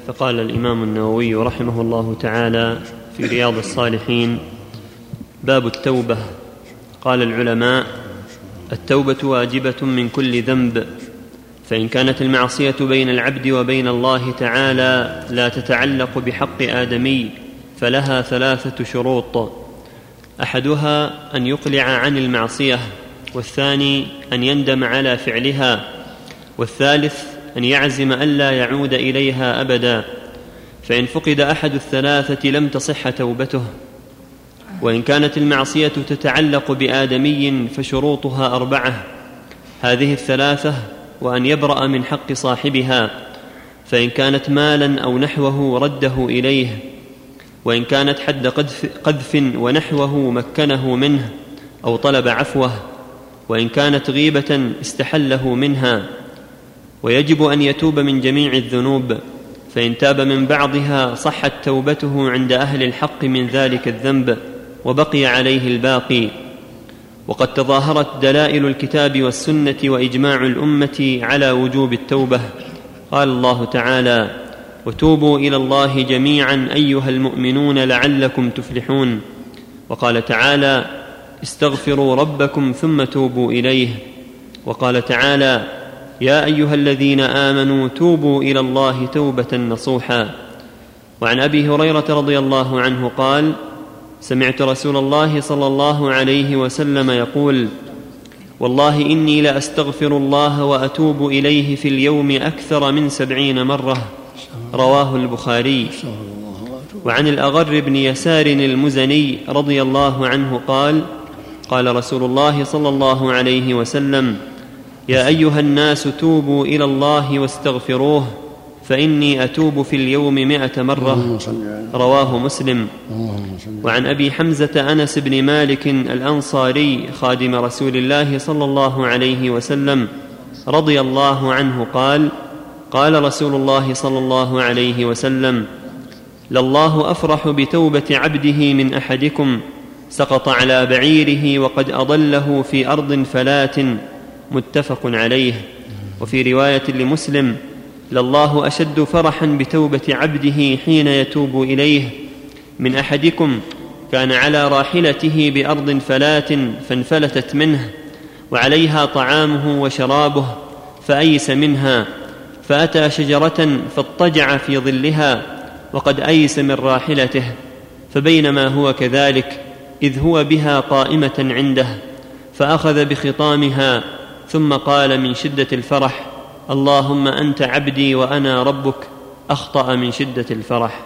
فقال الإمام النووي رحمه الله تعالى في رياض الصالحين: باب التوبة. قال العلماء: التوبة واجبة من كل ذنب، فإن كانت المعصية بين العبد وبين الله تعالى لا تتعلق بحق آدمي فلها 3 شروط: أحدها أن يقلع عن المعصية، والثاني أن يندم على فعلها، والثالث أن يعزم ألا يعود إليها أبدا، فإن فقد أحد ال3 لم تصح توبته. وإن كانت المعصية تتعلق بآدمي فشروطها 4، هذه ال3: وأن يبرأ من حق صاحبها، فإن كانت مالا أو نحوه رده إليه، وإن كانت حد قذف ونحوه مكنه منه أو طلب عفوه، وإن كانت غيبة استحله منها. ويجب أن يتوب من جميع الذنوب، فإن تاب من بعضها صحت توبته عند أهل الحق من ذلك الذنب وبقي عليه الباقي. وقد تظاهرت دلائل الكتاب والسنة وإجماع الأمة على وجوب التوبة. قال الله تعالى: وتوبوا إلى الله جميعا أيها المؤمنون لعلكم تفلحون. وقال تعالى: استغفروا ربكم ثم توبوا إليه. وقال تعالى: يا أيها الذين آمنوا توبوا إلى الله توبة نصوحا. وعن أبي هريرة رضي الله عنه قال: سمعت رسول الله صلى الله عليه وسلم يقول: والله إني لأستغفر الله وأتوب إليه في اليوم أكثر من 70 مرة. رواه البخاري. وعن الأغر بن يسار المزني رضي الله عنه قال: قال رسول الله صلى الله عليه وسلم: يا أيها الناس توبوا إلى الله واستغفروه فإني أتوب في اليوم 100 مرة. رواه مسلم. وعن أبي حمزة أنس بن مالك الأنصاري خادم رسول الله صلى الله عليه وسلم رضي الله عنه قال: قال رسول الله صلى الله عليه وسلم: لله أفرح بتوبة عبده من أحدكم سقط على بعيره وقد أضله في أرض فلات. متفق عليه. وفي رواية لمسلم: لله أشد فرحا بتوبة عبده حين يتوب إليه من أحدكم كان على راحلته بأرض فلات فانفلتت منه وعليها طعامه وشرابه فأيس منها، فأتى شجرة فاضطجع في ظلها وقد أيس من راحلته، فبينما هو كذلك إذ هو بها قائمة عنده، فأخذ بخطامها ثم قال من شدة الفرح: اللهم أنت عبدي وأنا ربك. أخطأ من شدة الفرح.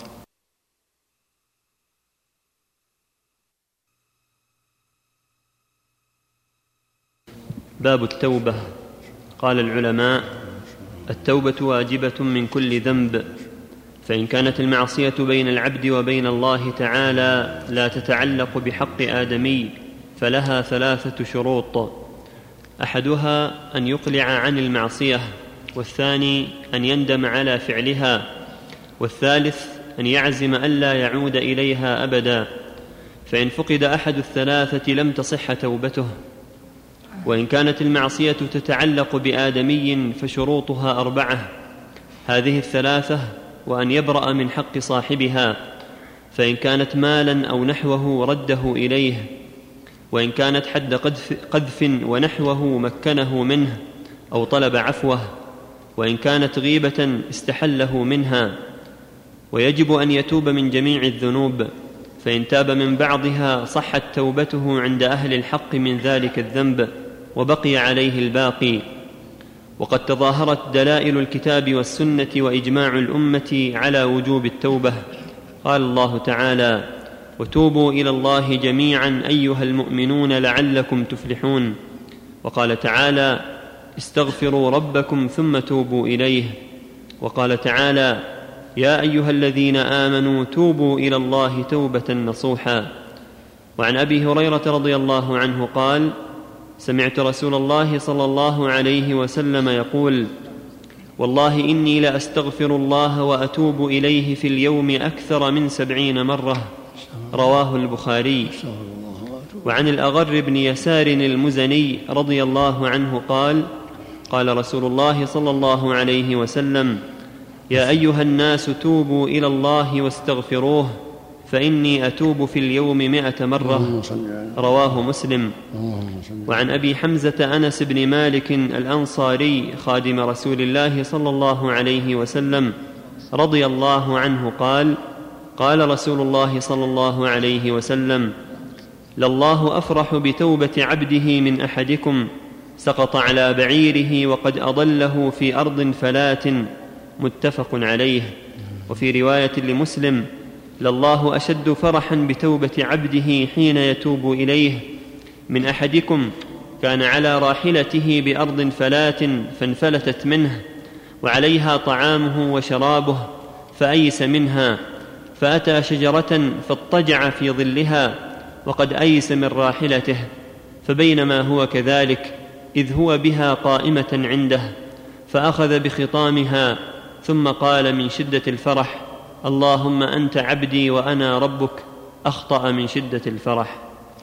باب التوبة. قال العلماء: التوبة واجبة من كل ذنب، فإن كانت المعصية بين العبد وبين الله تعالى لا تتعلق بحق آدمي فلها 3 شروط: أحدها أن يقلع عن المعصية، والثاني أن يندم على فعلها، والثالث أن يعزم ألا يعود إليها أبدا، فإن فقد أحد ال3 لم تصح توبته. وإن كانت المعصية تتعلق بآدمي فشروطها 4، هذه ال3: وأن يبرأ من حق صاحبها، فإن كانت مالا أو نحوه رده إليه، وإن كانت حد قذف ونحوه مكنه منه أو طلب عفوه، وإن كانت غيبة استحله منها. ويجب أن يتوب من جميع الذنوب، فإن تاب من بعضها صحت توبته عند أهل الحق من ذلك الذنب وبقي عليه الباقي. وقد تظاهرت دلائل الكتاب والسنة وإجماع الأمة على وجوب التوبة. قال الله تعالى: وتوبوا إلى الله جميعا أيها المؤمنون لعلكم تفلحون. وقال تعالى: استغفروا ربكم ثم توبوا إليه. وقال تعالى: يا أيها الذين آمنوا توبوا إلى الله توبة نصوحا. وعن أبي هريرة رضي الله عنه قال: سمعت رسول الله صلى الله عليه وسلم يقول: والله إني لأستغفر الله وأتوب إليه في اليوم أكثر من 70 مرة. رواه البخاري. وعن الأغر بن يسار المزني رضي الله عنه قال: قال رسول الله صلى الله عليه وسلم: يا أيها الناس توبوا إلى الله واستغفروه فإني أتوب في اليوم 100 مرة. رواه مسلم. وعن أبي حمزة أنس بن مالك الأنصاري خادم رسول الله صلى الله عليه وسلم رضي الله عنه قال: قال رسول الله صلى الله عليه وسلم: لله أفرح بتوبة عبده من أحدكم سقط على بعيره وقد أضله في أرض فلات. متفق عليه. وفي رواية لمسلم: لله أشد فرحا بتوبة عبده حين يتوب إليه من أحدكم كان على راحلته بأرض فلات فانفلتت منه وعليها طعامه وشرابه فأيس منها فأتى شجرة فاضطجع في ظلها وقد أيس من راحلته، فبينما هو كذلك إذ هو بها قائمة عنده فأخذ بخطامها ثم قال من شدة الفرح: اللهم أنت عبدي وأنا ربك. أخطأ من شدة الفرح.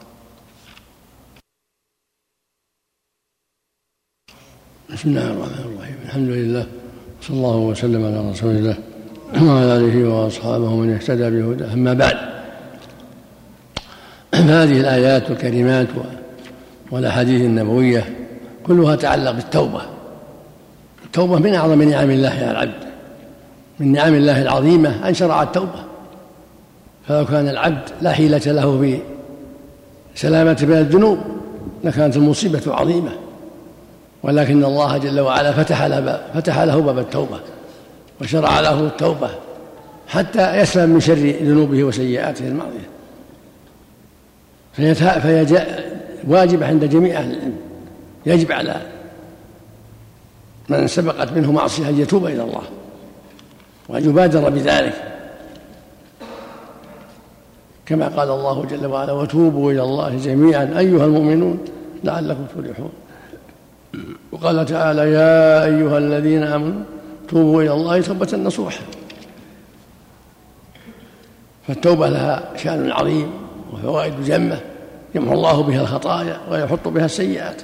بسم الله الرحمن الرحيم. الحمد لله صلى الله وسلم على رسول الله وعلى آله وأصحابه من اهتدى بهداه. أما بعد، هذه الآيات الكريمات والأحاديث النبوية كلها تتعلق بالتوبة. التوبة من أعظم نعم الله على العبد، من نعم الله العظيمة أن شرع التوبة. فلو كان العبد لا حيلة له في سلامة من الذنوب لكانت المصيبة عظيمة، ولكن الله جل وعلا فتح له باب التوبة وشرع له التوبة حتى يسلم من شر ذنوبه وسيئاته الماضية. فهي واجب عند جميع أهل العلم، يجب على من سبقت منه معصية أن يتوب إلى الله وأن يبادر بذلك، كما قال الله جل وعلا: وتوبوا إلى الله جميعا أيها المؤمنون لعلكم تفلحون. وقال تعالى: يا أيها الذين آمنوا توبوا إلى الله توبة نصوحا. فالتوبة لها شأن عظيم وفوائد جمة يمحو الله بها الخطايا ويحط بها السيئات.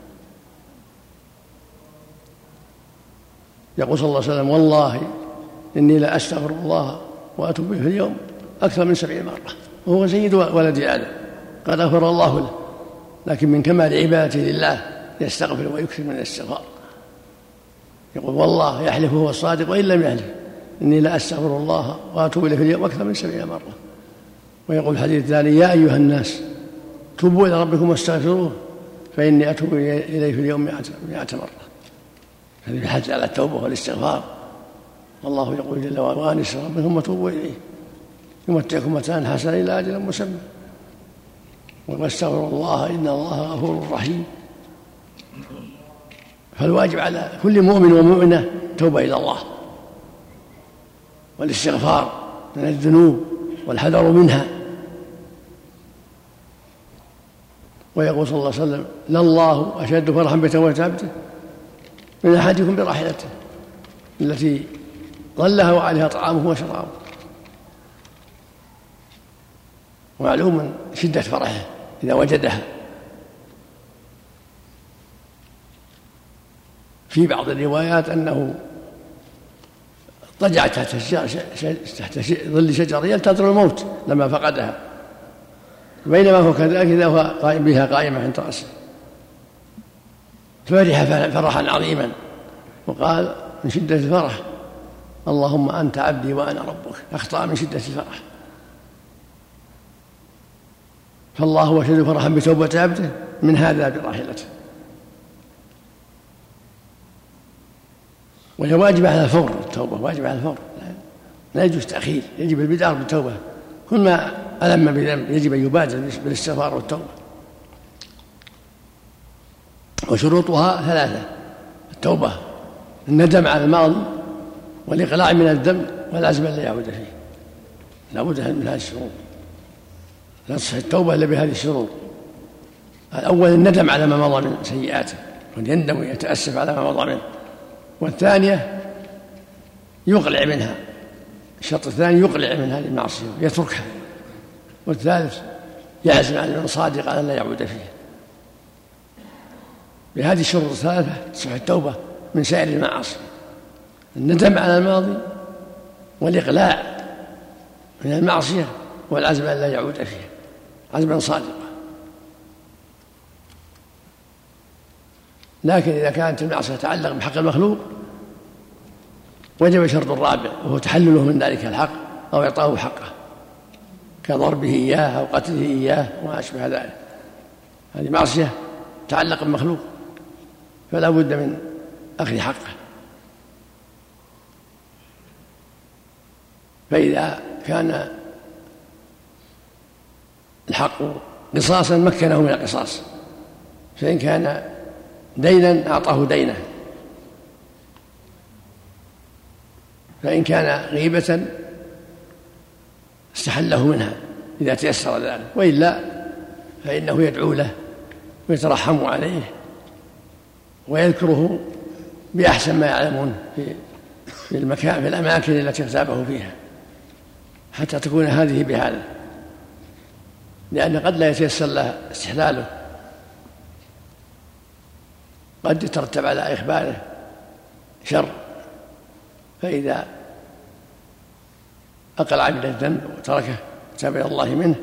يقول صلى الله عليه وسلم: والله إني لا أستغفر الله وأتوب به في اليوم أكثر من 70 مرة، وهو سيد ولد آدم قد غفر الله له، لكن من كمال عبادته لله يستغفر ويكثر من الاستغفار. يقول: والله يحلف هو الصادق وإن لم يحلف إني لا أستغفر الله وأتوب إليه في اليوم أكثر من 70 مرة. ويقول الحديث الثاني: يا أيها الناس توبوا إلى ربكم واستغفروه فإني أتوب إليه في اليوم 100 مرة. هذه الحث على التوبة والاستغفار. والله يقول جل وعلا: وأنسوا ربكم ثم توبوا إليه يمتعكم متاعا حسنا إلى أجل مسمى واستغفروا الله إن الله غفور رحيم. فالواجب على كل مؤمن ومؤمنة توبة إلى الله والاستغفار من الذنوب والحذر منها. ويقول صلى الله عليه وسلم: لله أشد فرحا بتوبة عبده من أحدكم براحلته التي ظلها وعليها طعامه وشرابه. ومعلوم من شدة فرحه إذا وجدها. في بعض الروايات أنه اضطجع تحت ظل شجرة ينتظر الموت لما فقدها، بينما هو كذلك إذا هو قائم بها قائمة عند رأسه، فرح فرحا عظيما وقال من شدة الفرح: اللهم أنت عبدي وأنا ربك. أخطأ من شدة الفرح. فالله هو أشد فرحا بتوبة عبده من هذا براحلته. وهي واجب على الفور، التوبة واجب على الفور، لا يجوز تأخير، يجب البدار بالتوبة. كل ما ألم بذنب يجب أن يبادر بالاستغفار والتوبة. وشروطها 3: التوبة، الندم على الماضي، والإقلاع من الذنب، والعزم أن لا يعود فيه. لا بد من هذه الشروط، لا تصح التوبة إلا بهذه الشروط. الأول الندم على ما مضى من سيئاته، ويندم ويتأسف على ما مضى منه. والثانية يقلع منها، الشرط الثاني يقلع من هذه المعصية يتركها. والثالث يعزم على صادق على أن لا يعود فيه. بهذه الشروط الثلاثة تصح التوبة من سائر المعاصي: الندم على الماضي، والإقلاع من المعصية والعزم أن لا يعود فيها عزما صادقا. لكن إذا كانت المعصية تتعلق بحق المخلوق وجب شرط رابع وهو تحلله من ذلك الحق أو إعطاه حقه كضربه إياه أو قتله إياه وما أشبه ذلك. هذه معصية تتعلق بمخلوق فلا بد من أخذ حقه. فإذا كان الحق قصاصا مكنه من القصاص، فإن كان دينا أعطاه دينه، فإن كان غيبة استحله منها إذا تيسر ذلك، وإلا فإنه يدعو له ويترحم عليه ويذكره بأحسن ما يعلمون في الأماكن التي اغتابه فيها حتى تكون هذه بهذا، لأن قد لا يتيسر له استحلاله، قد يترتب على إخباره شر، فإذا أقلع من الذنب وتركه تاب إلى الله منه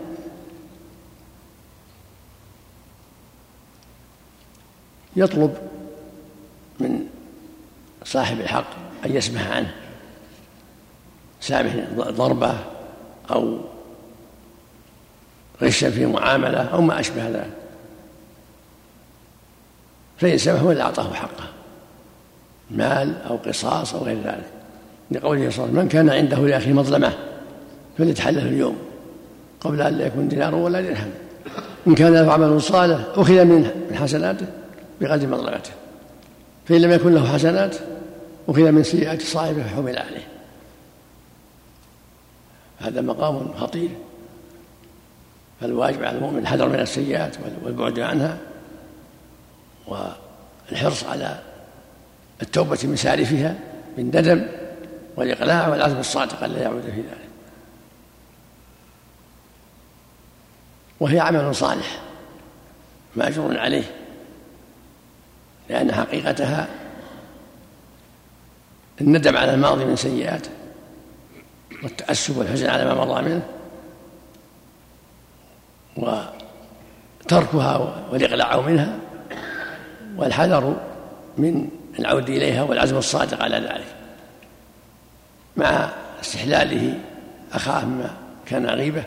يطلب من صاحب الحق أن يسمح عنه، سامح ضربه أو غشا في معاملة أو ما أشبه ذلك، فإن سمح ولا أعطاه حقه مال أو قصاص أو غير ذلك، لقوله صلى الله عليه وسلم: من كان عنده لأخيه مظلمة فليتحلل اليوم قبل أن لا يكون دينار ولا درهم، إن كان له عمل صالح أخذ من حسناته بقدر مظلمته، فإن لم يكن له حسنات أخذ من سيئات صاحبه فحمل عليه. هذا مقام خطير، فالواجب على المؤمن الحذر من السيئات والبعد عنها والحرص على التوبة من سالفها بالندم والإقلاع والعزم الصادق ألا يعود في ذلك. وهي عمل صالح مأجور عليه، لأن حقيقتها الندم على الماضي من سيئاته والتأسف والحزن على ما مضى منه وتركها والإقلاع منها والحذر من العود إليها والعزم الصادق على ذلك، مع استحلاله أخاه ما كان غيبة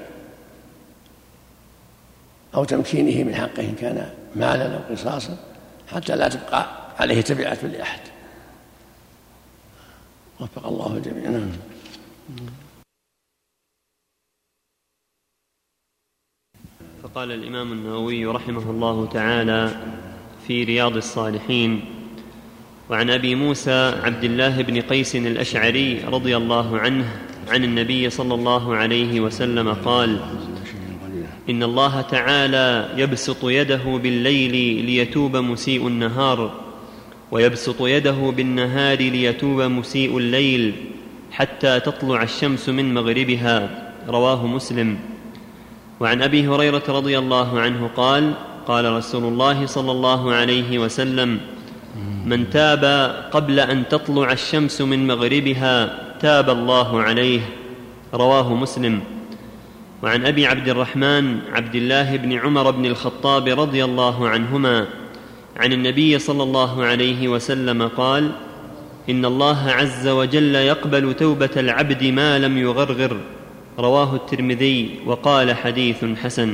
أو تمكينه من حقه إن كان مالا أو قصاصا، حتى لا تبقى عليه تبعة لأحد. وفق الله الجميع. فقال الإمام النووي رحمه الله تعالى في رياض الصالحين: وعن أبي موسى عبد الله بن قيس الأشعري رضي الله عنه عن النبي صلى الله عليه وسلم قال: إن الله تعالى يبسط يده بالليل ليتوب مسيء النهار، ويبسط يده بالنهار ليتوب مسيء الليل، حتى تطلع الشمس من مغربها. رواه مسلم. وعن أبي هريرة رضي الله عنه قال: قال رسول الله صلى الله عليه وسلم: من تاب قبل أن تطلع الشمس من مغربها تاب الله عليه. رواه مسلم. وعن أبي عبد الرحمن عبد الله بن عمر بن الخطاب رضي الله عنهما عن النبي صلى الله عليه وسلم قال: إن الله عز وجل يقبل توبة العبد ما لم يغرغر. رواه الترمذي وقال: حديث حسن.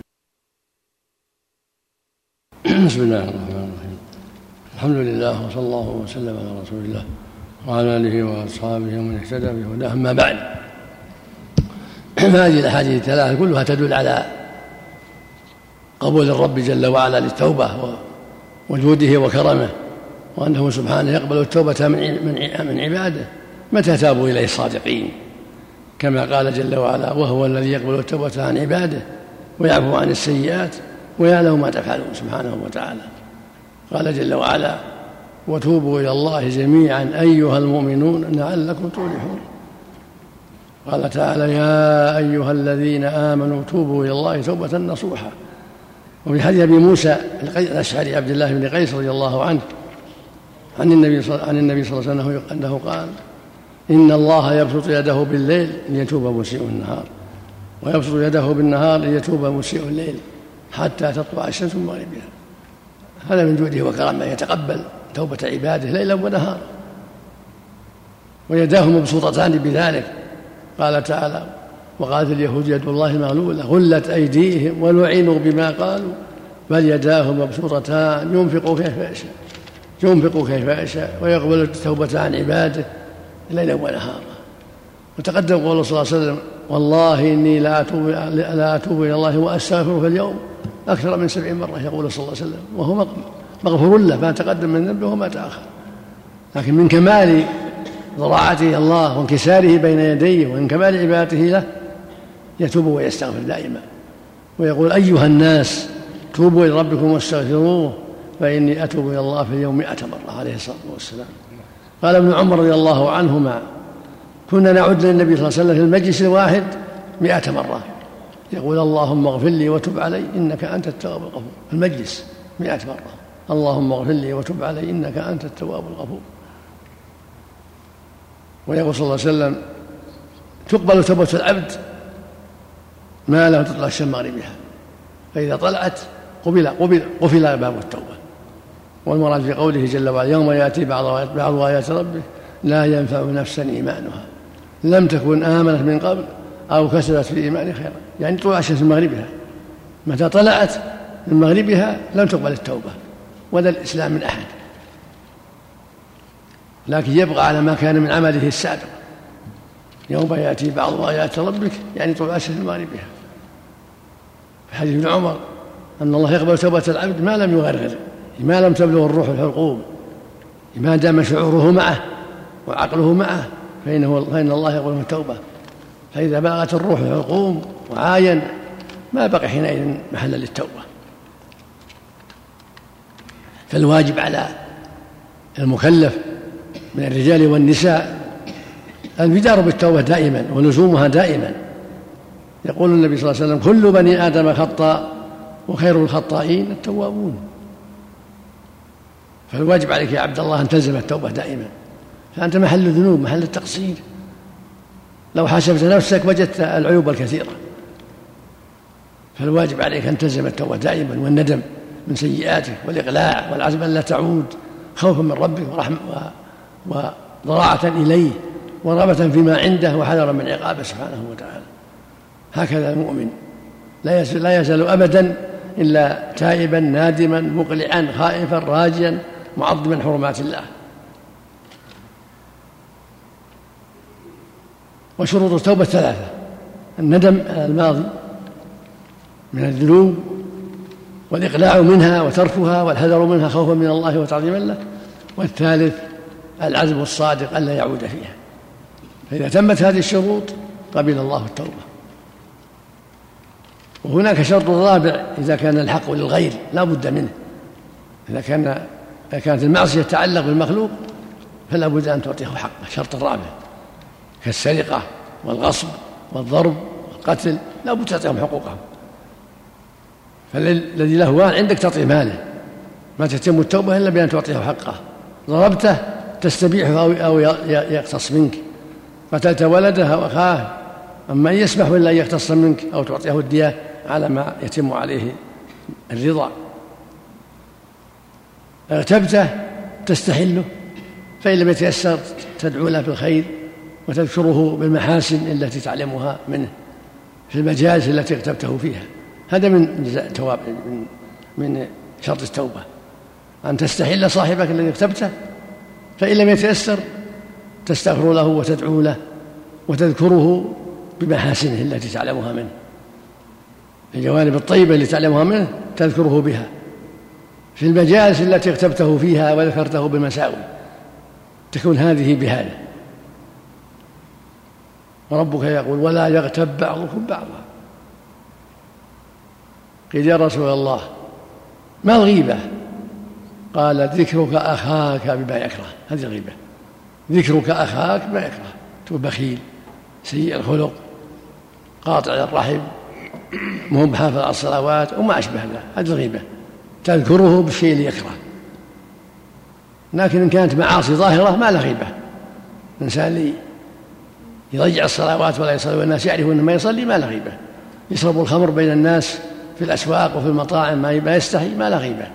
بسم الله الرحمن الرحيم. الحمد لله وصلى الله وسلم على رسول الله وعلى آله وأصحابه ومن اهتدى بهداه. أما بعد، فهذه الأحاديث الثلاثة كلها تدل على قبول الرب جل وعلا للتوبة وجوده وكرمه، وأنه سبحانه يقبل التوبة من عباده متى تابوا إليه الصادقين، كما قال جل وعلا: وهو الذي يقبل التوبة عن عباده ويعفو عن السيئات ويعلم ما تفعلون سبحانه وتعالى. قال جل وعلا: وتوبوا إلى الله جميعا أيها المؤمنون لعلكم تفلحون. قال تعالى: يا أيها الذين آمنوا توبوا إلى الله توبة نصوحا. وفي حديث أبي موسى الأشعري عبد الله بن قيس رضي الله عنه عن النبي صلى الله عليه وسلم أنه قال: إن الله يبسط يده بالليل ليتوب مسيء النهار، ويبسط يده بالنهار ليتوب مسيء الليل حتى تطلع الشمس من مغربها. هذا من جوده وكرمه، يتقبل توبة عباده ليلا ونهارا، ويداه مبسوطتان بذلك. قال تعالى: وقالت اليهود يد الله مغلولة غلت أيديهم ولعنوا بما قالوا بل يداه مبسوطتان ينفق كيف يشاء ويقبل التوبة عن عباده ليلا ونهارا. وتقدم قوله صلى الله عليه وسلم: والله إني لا أتوب إلى الله وأستغفره في اليوم أكثر من 70 مرة، يقول صلى الله عليه وسلم، وهو مغفور له ما تقدم من ذنبه وما تأخر. لكن من كمال ضراعته الله وانكساره بين يديه ومن كمال عبادته له يتوب ويستغفر دائما، ويقول: أيها الناس توبوا إلى ربكم واستغفروه فإني أتوب إلى الله في اليوم 100 مرة عليه الصلاة والسلام. قال ابن عمر رضي الله عنهما: كنا نعد للنبي صلى الله عليه وسلم في المجلس الواحد 100 مرة يقول: اللهم اغفر لي وتب علي إنك أنت التواب الغفور. المجلس 100 مرة: اللهم اغفر لي وتب علي إنك أنت التواب الغفور. ويقول صلى الله عليه وسلم: تقبل توبة العبد ما لم تطلع الشمس مغربها، فإذا طلعت قفل باب التوبة. والمراد في قوله جل وعلا: يوم يأتي بعض آيات ربه لا ينفع نفسا إيمانها لم تكن آمنت من قبل أو كسبت في إيمان خيرا، يعني طلوع الشمس من مغربها، متى طلعت من مغربها لم تقبل التوبة ولا الإسلام من أحد، لكن يبقى على ما كان من عمله السابق. يوم يأتي بعض آيات ربك يعني طلوع الشمس من مغربها. في حديث ابن عمر أن الله يقبل توبة العبد ما لم يغرغر، ما لم تبلغ الروح الحلقوم، ما دام شعوره معه وعقله معه فإن الله يقبل التوبة. فإذا بلغت الروح الحلقوم وعاين ما بقي حينئذ محل للتوبة. فالواجب على المكلف من الرجال والنساء البدار بالتوبة دائما ولزومها دائما. يقول النبي صلى الله عليه وسلم: كل بني آدم خطاء وخير الخطائين التوابون. فالواجب عليك يا عبد الله أن تلزم التوبة دائما، فأنت محل الذنوب محل التقصير. لو حاسبت نفسك وجدت العيوب الكثيرة، فالواجب عليك أن تلزم التوبة دائما والندم من سيئاتك والإقلاع والعزم أن لا تعود، خوفا من ربك ورحمة وضراعة إليه ورغبة فيما عنده وحذرا من عقابه سبحانه وتعالى. هكذا المؤمن لا يزال أبدا إلا تائبا نادما مقلعا خائفا راجيا معظما حرمات الله. وشروط التوبة 3: الندم على الماضي من الذنوب والإقلاع منها وتركها والحذر منها خوفا من الله وتعظيما له، والثالث العزم الصادق ألا يعود فيها. فإذا تمت هذه الشروط قبل الله التوبة. وهناك شرط رابع: إذا كان الحق للغير لا بد منه. إذا كانت المعصية تتعلق بالمخلوق فلا بد أن تعطيه حقه. الشرط الرابع كالسرقة والغصب والضرب والقتل لا بد تعطيهم حقوقهم. فالذي له مال عندك تعطيه ماله، ما تتم التوبة إلا بأن تعطيه حقه. ضربته تستبيحه أو يقتص منك، قتلت ولده أو أخاه، أما أن يسمح إلا أن يقتص منك أو تعطيه الدية على ما يتم عليه الرضا. اغتبته تستحله، فإن لم يتيسر تدعو له بالخير وتذكره بالمحاسن التي تعلمها منه في المجالس التي اغتبته فيها. هذا من شرط التوبة، أن تستحل صاحبك الذي اغتبته، فإن لم يتيسر تستغفر له وتدعو له وتذكره بمحاسنه التي تعلمها منه، الجوانب الطيبة التي تعلمها منه تذكره بها في المجالس التي اغتبته فيها وذكرته بالمساوي، تكون هذه بهذا. وربك يقول: ولا يغتب بعضكم بعضا. قيل: يا رسول الله ما الغيبة؟ قال: ذكرك أخاك بما يكره. هذه الغيبة، ذكرك أخاك بما يكره، تكون بخيل سيء الخلق قاطع الرحم مهم بحافظ على الصلوات وما أشبه ذلك، هذه الغيبة، تذكره بالشيء اللي يكره. لكن إن كانت معاصي ظاهرة ما له غيبة، الإنسان اللي يضيع الصلوات ولا يصلي والناس يعرفون أنه ما يصلي ما لا غيبة. يشرب الخمر بين الناس في الأسواق وفي المطاعم ما يستحي ما لا غيبة.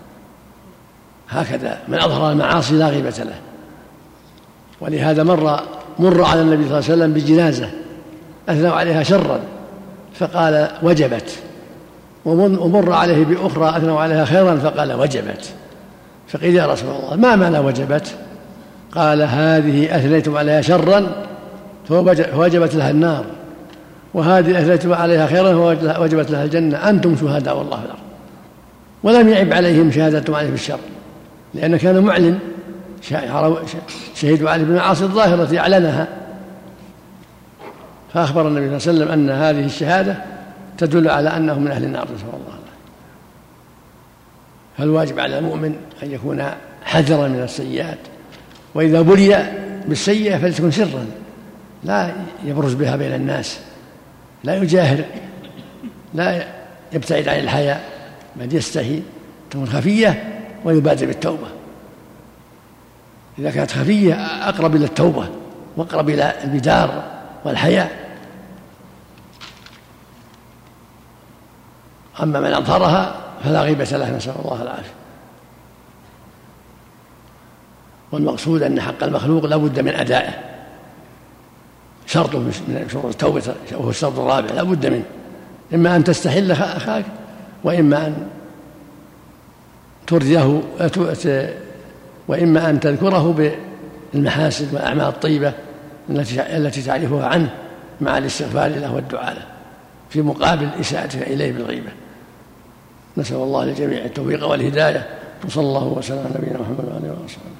هكذا من أظهر المعاصي لا غيبة له. ولهذا مر على النبي صلى الله عليه وسلم بجنازة أثنوا عليها شرا فقال وجبت، ومر عليه بأخرى أثنوا عليها خيرا فقال وجبت. فقيل يا رسول الله ما معنى وجبت؟ قال هذه أثنيتم عليها شرا فوجبت لها النار، وهذه أثنيتم عليها خيرا فوجبت لها الجنة، أنتم شهداء والله في الأرض. ولم يعب عليهم شهادتهم عليه بالشر، لأنه كان معلن شهدوا عليه بالمعاصي الظاهرة التي أعلنها. فأخبر النبي صلى الله عليه وسلم أن هذه الشهادة تدل على أنه من أهل النار، نسأل الله. فالواجب على المؤمن أن يكون حذرا من السيئات، وإذا بلي بالسيئة فلتكن سرا لا يبرز بها بين الناس، لا يجاهر، لا يبتعد عن الحياء، بل يستحي تكون خفية ويبادر بالتوبة. إذا كانت خفية أقرب إلى التوبة وأقرب إلى البدار والحياء. أما من أظهرها فلا غيبة له، نسأل الله العافية. والمقصود أن حق المخلوق لا بد من أدائه، شرط من شروط التوبة وهو الشرط الرابع لا بد منه، إما أن تستحل أخاك وإما أن ترضيه وإما أن تذكره بالمحاسن والأعمال الطيبة التي تعرفها عنه مع الاستغفار له والدعاء له في مقابل إساءتك إليه بالغيبة. نسأل الله للجميع التوفيق والهداية، وصلى الله وسلم على نبينا محمد وعلى آله وصحبه.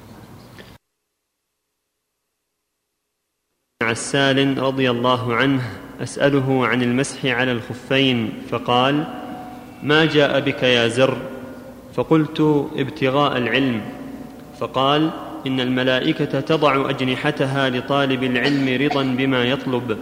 عسال رضي الله عنه أسأله عن المسح على الخفين، فقال: ما جاء بك يا زر؟ فقلت: ابتغاء العلم. فقال: إن الملائكة تضع أجنحتها لطالب العلم رضا بما يطلب.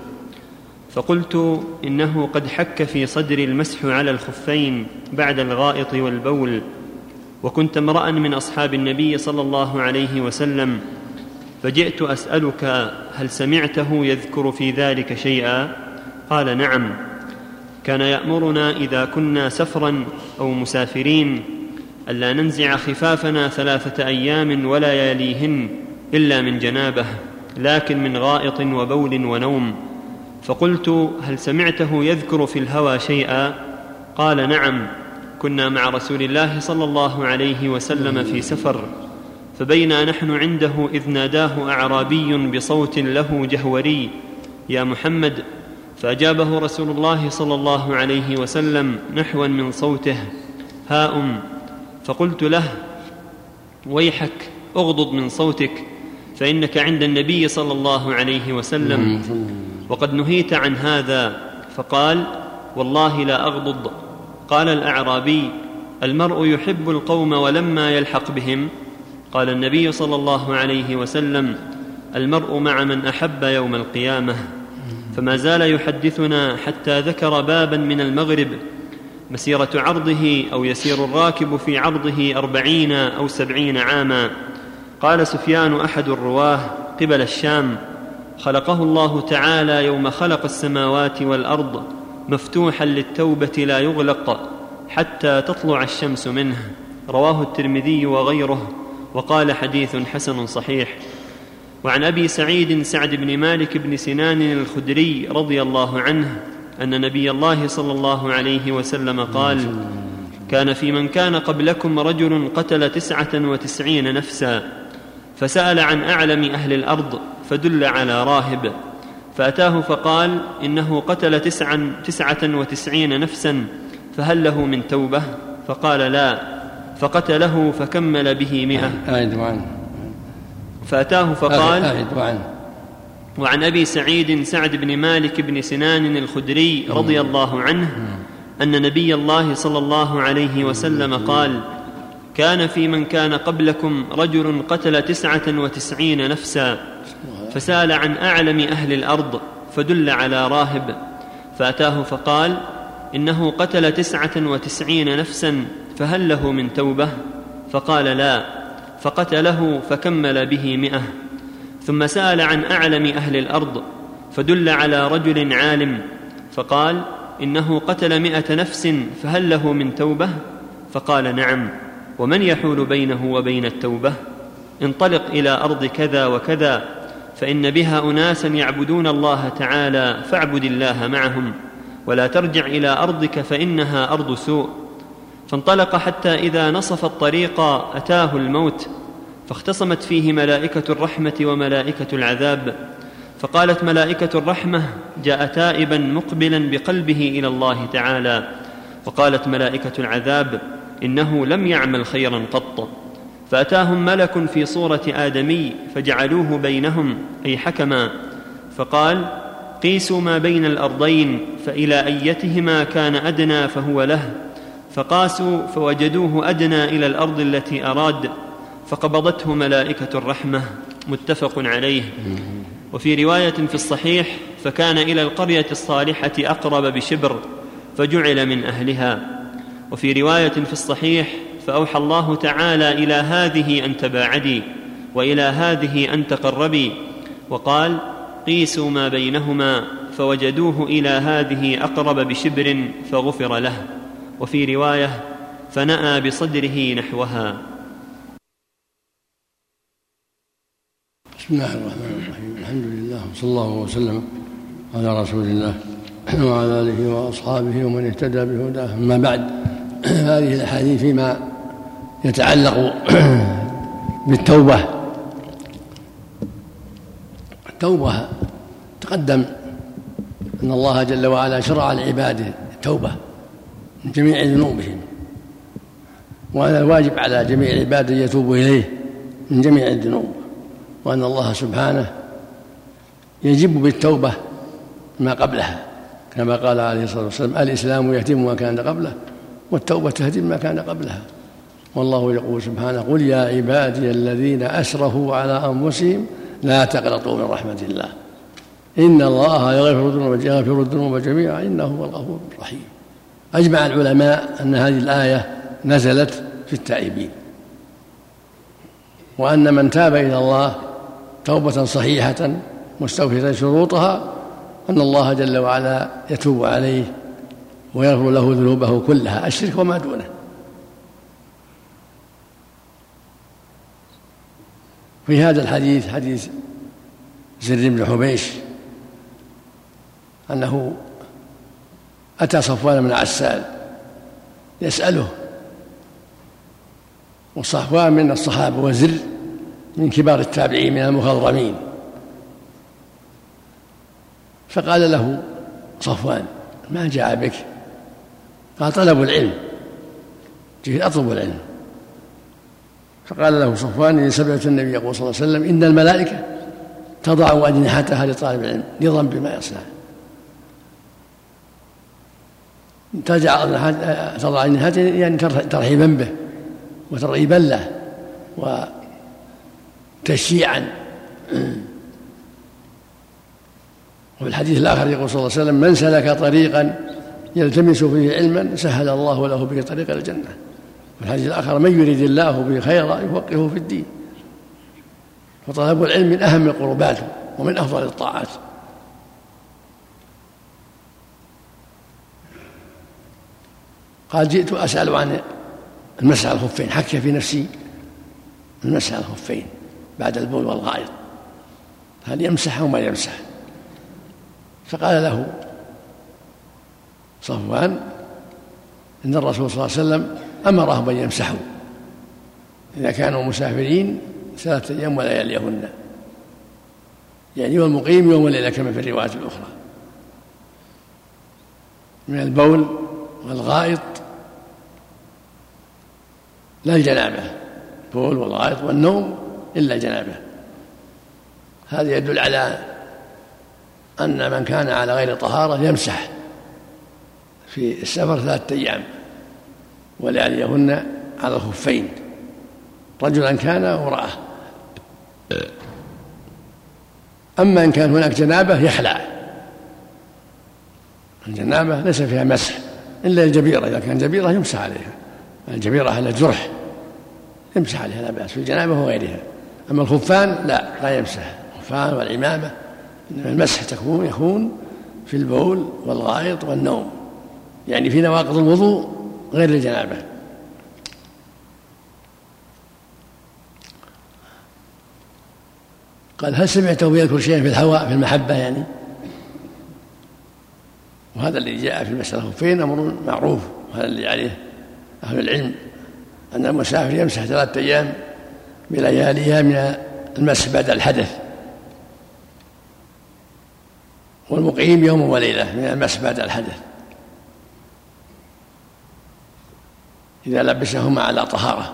فقلت: إنه قد حك في صدري المسح على الخفين بعد الغائط والبول، وكنت امرأ من أصحاب النبي صلى الله عليه وسلم، فجئت أسألك هل سمعته يذكر في ذلك شيئا؟ قال: نعم، كان يأمرنا إذا كنا سفرا أو مسافرين ألا ننزع خفافنا 3 أيام ولا يليهن إلا من جنابه، لكن من غائط وبول ونوم. فقلت: هل سمعته يذكر في الهوى شيئا؟ قال: نعم، كنا مع رسول الله صلى الله عليه وسلم في سفر، فبينا نحن عنده إذ ناداه أعرابي بصوت له جهوري: يا محمد. فأجابه رسول الله صلى الله عليه وسلم نحوا من صوته: هاؤم. فقلت له: ويحك، اغضض من صوتك، فإنك عند النبي صلى الله عليه وسلم وقد نهيت عن هذا. فقال: والله لا أغضض. قال الأعرابي: المرء يحب القوم ولما يلحق بهم. قال النبي صلى الله عليه وسلم: المرء مع من أحب يوم القيامة. فما زال يحدثنا حتى ذكر بابا من المغرب مسيرة عرضه أو يسير الراكب في عرضه 40 أو 70 عاما. قال سفيان أحد الرواه قبل الشام: خلقه الله تعالى يوم خلق السماوات والأرض مفتوحا للتوبة لا يغلق حتى تطلع الشمس منه. رواه الترمذي وغيره، وقال: حديث حسن صحيح. وعن أبي سعيد سعد بن مالك بن سنان الخدري رضي الله عنه أن نبي الله صلى الله عليه وسلم قال: كان في من كان قبلكم رجل قتل 99 نفسا، فسأل عن أعلم أهل الأرض فدل على راهب، فأتاه فقال: إنه قتل 99 نفسا، فهل له من توبة؟ فقال: لا. فقتله فكمل به 100. فأتاه فقال: وعن أبي سعيد سعد بن مالك بن سنان الخدري رضي الله عنه أن نبي الله صلى الله عليه وسلم قال: كان في من كان قبلكم رجل قتل 99 نفسا، فسأل عن أعلم أهل الأرض فدل على راهب، فأتاه فقال: إنه قتل 99 نفسا، فهل له من توبة؟ فقال: لا. فقتله فكمل به 100. ثم سأل عن أعلم أهل الأرض فدل على رجل عالم فقال: إنه قتل 100 نفس فهل له من توبة؟ فقال: نعم. ومن يحول بينه وبين التوبة؟ انطلق إلى أرض كذا وكذا فإن بها أناسا يعبدون الله تعالى فاعبد الله معهم، ولا ترجع إلى أرضك فإنها أرض سوء. فانطلق حتى إذا نصف الطريق أتاه الموت، فاختصمت فيه ملائكة الرحمة وملائكة العذاب، فقالت ملائكة الرحمة: جاء تائبا مقبلا بقلبه إلى الله تعالى، وقالت ملائكة العذاب: إنه لم يعمل خيرا قط. فأتاهم ملك في صورة آدمي فجعلوه بينهم أي حكما، فقال: قيسوا ما بين الأرضين فإلى أيتهما كان أدنى فهو له، فقاسوا فوجدوه أدنى إلى الأرض التي أراد، فقبضته ملائكة الرحمة. متفق عليه. وفي رواية في الصحيح: فكان إلى القرية الصالحة أقرب بشبر فجعل من أهلها. وفي رواية في الصحيح: فأوحى الله تعالى إلى هذه أن تباعدي وإلى هذه أن تقربي، وقال: قيسوا ما بينهما فوجدوه إلى هذه أقرب بشبر فغفر له. وفي رواية: فنأى بصدره نحوها. بسم الله الرحمن الرحيم. الحمد لله وصلى الله وسلم على رسول الله وعلى آله وأصحابه ومن اهتدى بهداه. أما بعد، هذه الأحاديث فيما يتعلق بالتوبة. التوبة تقدم أن الله جل وعلا شرع لعباده التوبة من جميع ذنوبهم، وأن الواجب على جميع العباد أن يتوبوا إليه من جميع الذنوب، وأن الله سبحانه يجب بالتوبة ما قبلها، كما قال عليه الصلاة والسلام: الإسلام يهدم ما كان قبله والتوبة تهدم ما كان قبلها. والله يقول سبحانه: قل يا عبادي الذين أسرفوا على أنفسهم لا تقنطوا من رحمة الله إن الله يغفر الذنوب جميعا إنه هو الغفور الرحيم. أجمع العلماء أن هذه الآية نزلت في التائبين، وأن من تاب إلى الله توبة صحيحة مستوفية شروطها أن الله جل وعلا يتوب عليه ويغفر له ذنوبه كلها، الشرك وما دونه. في هذا الحديث حديث زر بن حبيش أنه أتى صفوان بن عسال يسأله، وصفوان من الصحابة وزر من كبار التابعين من المخضرمين، فقال له صفوان: ما جاء بك؟ قال: طلب العلم، جئت أطلب العلم. فقال له صفوان: إني سمعت النبي يقول صلى الله عليه وسلم: إن الملائكة تضع أجنحتها لطالب العلم لذنب ما يصنع. تضع أجنحتها يعني ترحيبا به وترغيبا له وتشييعا. وفي الحديث الآخر يقول صلى الله عليه وسلم: من سلك طريقا يلتمس فيه علما سهل الله له به طريق الجنة. في الحديث الآخر: من يريد الله به خيرا يفقهه في الدين. فطلب العلم من أهم القربات ومن أفضل الطاعات. قال: جئت أسأل عن المسح على الخفين، حكي في نفسي المسح على الخفين بعد البول والغائط، هل يمسح أو ما يمسح؟ فقال له صفوان: إن الرسول صلى الله عليه وسلم أمرهم أن يمسحوا إذا كانوا مسافرين 3 أيام ولياليهن، يعني والمقيم يوم وليلة كما في الروايات الأخرى، من البول والغائط لا الجنابة، البول والغائط والنوم إلا الجنابة. هذا يدل على أن من كان على غير طهارة يمسح في السفر 3 أيام ولياليهن على الخفين، رجلا كان أو امرأة. أما إن كان هناك جنابة يخلع، الجنابة ليس فيها مسح إلا الجبيرة، إذا كان جبيرة يمسح عليها، الجبيرة على الجرح يمسح عليها لا بأس في الجنابة وغيرها. أما الخفان لا يمسح، الخفان والعمامة إنما المسح يكون في البول والغائط والنوم، يعني في نواقض الوضوء غير الجنابة. قال هل سمعته يذكر شيئا في الهواء في المحبة يعني؟ وهذا اللي جاء في المسألة الخفين أمر معروف، وهذا اللي عليه أهل العلم، أن المسافر يمسح 3 أيام بلياليها من المسح بعد الحدث، والمقيم يوم وليلة من المسح بعد الحدث إذا لبسهما على طهارة.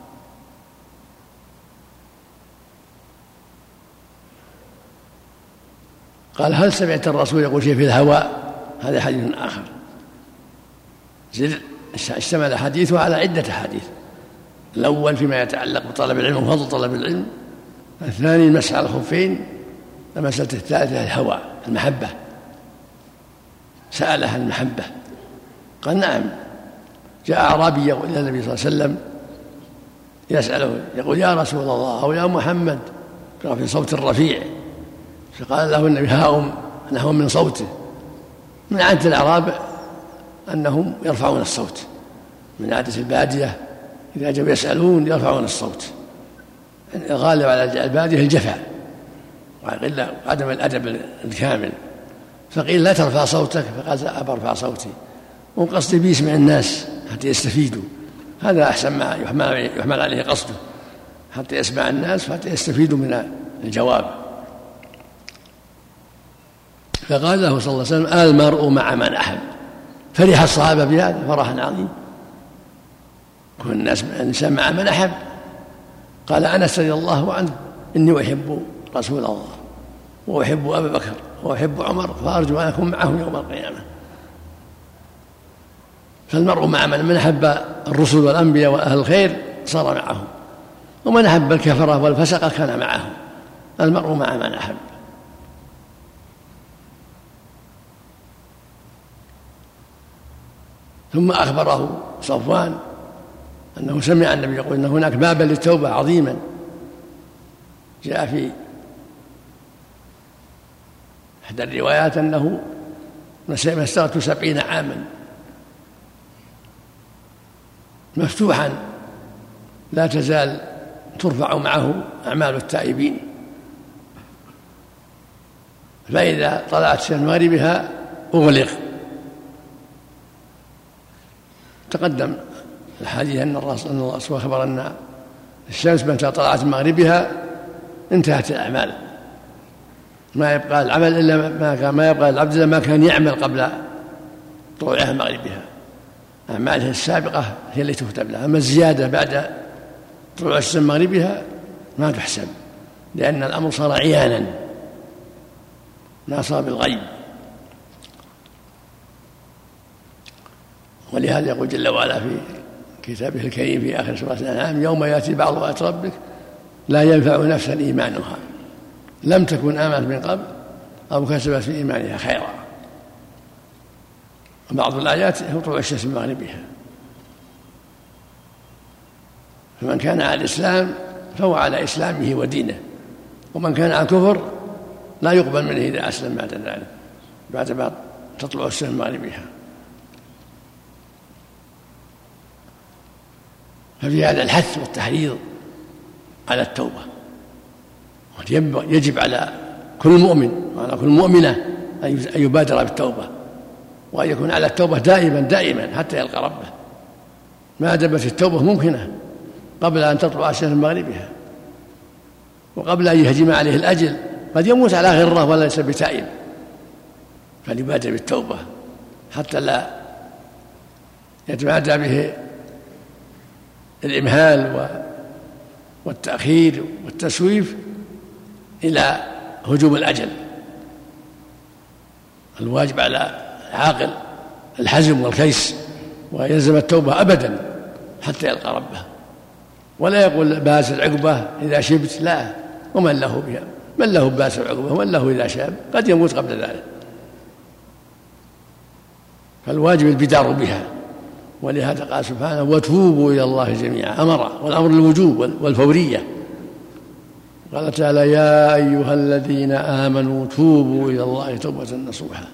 قال هل سمعت الرسول يقول شيء في الهواء؟ هذا حديث آخر اشتمل حديثه على عدة حديث، الأول فيما يتعلق بطلب العلم وفضل طلب العلم، الثاني المسح على الخفين، المسألة الثالثة الهوى المحبة، سألها المحبة. قال نعم. جاء أعرابي يقول إلى النبي صلى الله عليه وسلم يسأله يقول يا رسول الله أو يا محمد في صوت رفيع، فقال له النبي ها نحو من صوته. من عادة الأعراب أنهم يرفعون الصوت، من عادة البادية إذا جاءوا يسألون يرفعون الصوت، الغالب على البادية الجفا وقل عدم الأدب الكامل. فقيل لا ترفع صوتك، فقال أبى أرفع صوتي، وقصدي بيسمع الناس حتى يستفيدوا، هذا أحسن ما يحمل عليه قصده، حتى يسمع الناس حتى يستفيدوا من الجواب. فقال له صلى الله عليه وسلم المرء مع من أحب. فرح الصحابة بهذا فرحا عظيما، كل الإنسان مع من أحب. قال أنس رضي الله عنه إني أحب رسول الله وأحب أبا بكر وأحب عمر فأرجو أن أكون معهم يوم القيامة. فالمرء مع من أحب الرسل والأنبياء وأهل الخير صار معهم، ومن أحب الكفرة والفسقة كان معهم. المرء مع من أحب. ثم أخبره صفوان أنه سمع النبي يقول أن هناك بابا للتوبة عظيما، جاء في إحدى الروايات أنه مسيرته 70 عاما مفتوحا لا تزال ترفع معه أعمال التائبين، فإذا طلعت شمس مغربها أغلق. تقدم الحديث أن الله أخبر أن الشمس متى طلعت مغربها انتهت الأعمال، ما يبقى العمل إلا ما يبقى العبد إلا ما كان يعمل قبل طلوعها مغربها، أعماله السابقة هي التي تكتب لها، أما الزيادة بعد طلوع الشمس مغربها ما تحسب، لأن الأمر صار عيانا ما صار بالغيب. ولهذا يقول جل وعلا في كتابه الكريم في آخر سورة الأنعام يوم يأتي بعض آيات ربك لا ينفع نفسا إيمانها لم تكن آمنت من قبل أو كسبت في إيمانها خيرا. وبعض الآيات هو طلوع الشمس من مغربها، فمن كان على الإسلام فهو على إسلامه ودينه، ومن كان على الكفر لا يقبل منه إذا أسلم بعد ذلك بعد ما تطلع الشمس من مغربها. ففي هذا الحث والتحريض على التوبة، يجب على كل مؤمن وعلى كل مؤمنة أن يبادر بالتوبة، وأن يكون على التوبة دائما حتى يلقى ربه، ما دامت التوبة ممكنة قبل أن تطلع الشمس من مغربها وقبل أن يهجم عليه الأجل، قد يموت على غرة ولا ليس بتائب، فليبادر بالتوبة حتى لا يتمادى به الإمهال والتأخير والتسويف إلى هجوم الأجل. الواجب على العاقل الحزم والكيس ويلزم التوبة أبدا حتى يلقى ربه، ولا يقول باس العقبة إذا شبت، لا، ومن له بها من له باس العقبة ومن له إذا شاب قد يموت قبل ذلك. فالواجب البدار بها، ولهذا قال سبحانه وتوبوا إلى الله جميعا، أمر، والأمر الوجوب والفورية، قال تعالى: يا أيها الذين آمنوا توبوا إلى الله توبة نصوحا.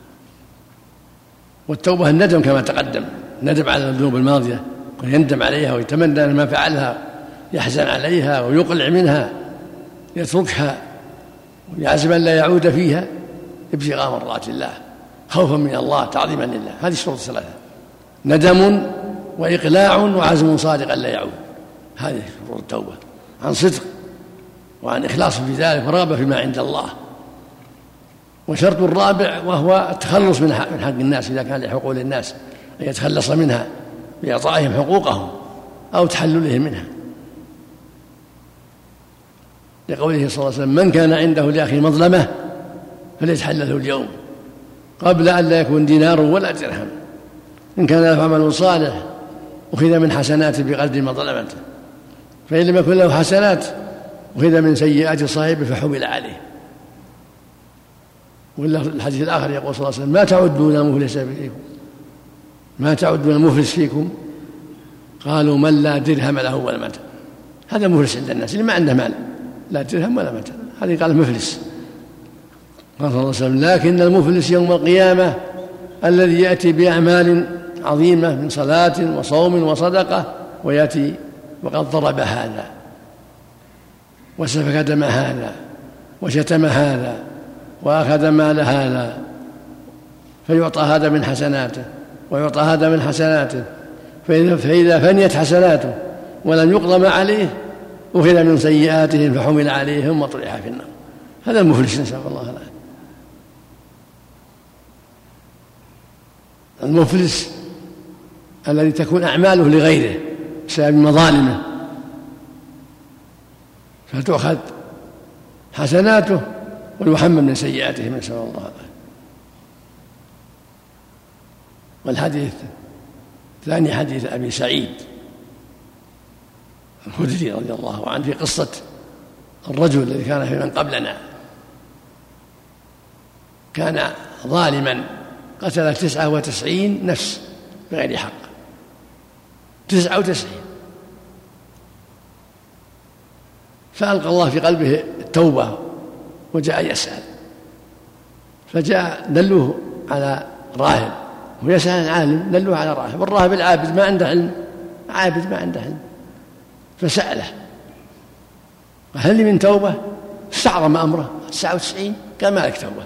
والتوبة الندم كما تقدم، ندم على الذنوب الماضية ويندم عليها ويتمنى ما فعلها، يحزن عليها ويقلع منها، يتركها ويعزم أن لا يعود فيها ابتغاء مرضات الله، خوفا من الله، تعظيما لله. هذه الشروط الثلاثة: ندم وإقلاع وعزم صادق أن لا يعود. هذه شروط التوبة، عن صدق وعن إخلاص في ذلك ورغبة فيما عند الله. وشرط الرابع وهو التخلص من حق الناس إذا كان لحقوق الناس، أن يتخلص منها بإعطائهم حقوقهم أو تحللهم منها، لقوله صلى الله عليه وسلم: من كان عنده لأخيه مظلمة فليتحلله اليوم قبل أن لا يكون دينار ولا درهم. إن كان له عمل صالح أخذ من حسناته بقدر مظلمته، فإن لم يكن له حسنات أخذ من سيئات صاحبه فحمل عليه. والحديث الآخر يقول صلى الله عليه وسلم: ما تعدون مفلس فيكم، ما تعدون مفلس فيكم؟ قالوا: من لا درهم له ولا متاع. هذا مفلس عند الناس اللي ما عنده مال، لا درهم ولا متاع، هذه قال مفلس. قال صلى الله عليه وسلم: لكن المفلس يوم القيامة الذي يأتي بأعمال عظيمة من صلاة وصوم وصدقة ويأتي وقد ضرب هذا وسفك دم هذا وشتم هذا وأخذ مال هذا، فيعطى هذا من حسناته ويعطى هذا من حسناته، فإذا فنيت حسناته ولم يقضى ما عليه أخذ من سيئاتهم فحمل عليهم وطرح في النار. هذا المفلس، نسأل الله العافية. المفلس الذي تكون أعماله لغيره بسبب مظالمه فتؤخذ حسناته ويحمل من سيئاته، نسأل الله العافية. والحديث ثاني حديث أبي سعيد الخدري رضي الله عنه في قصة الرجل الذي كان في من قبلنا، كان ظالما قتل 99 نفس بغير حق، 99. فألقى الله في قلبه التوبة وجاء يسأل، فجاء دلوه على راهب ويسأل عالم، دلوه على راهب، والراهب العابد ما عنده علم، عابد ما عنده علم، فسأله: هل لي من توبة؟ استعظم أمره، 99 قال: ما لك توبة.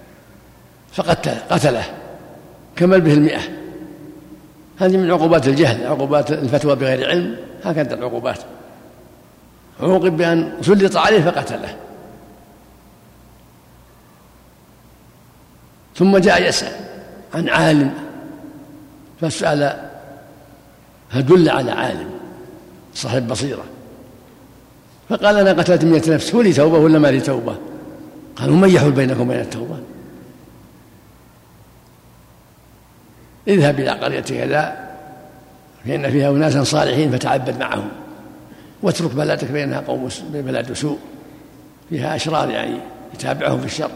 فقتله، كمل به 100. هذه من عقوبات الجهل، عقوبات الفتوى بغير علم، هكذا العقوبات. عوقب بأن سلط عليه فقتله. ثم جاء يسأل عن عالم، فسأل: فدل على عالم صاحب بصيرة، فقال: أنا قتلت 100 نفس، هو لي توبة ولا ما لي توبة؟ قالوا: من يحول بينكم بين التوبة؟ اذهب إلى قرية كذا فإن فيها أناسا صالحين فتعبد معهم، واترك بلدك بينها قوم بلد سوء فيها أشرار يعني يتابعهم في الشر.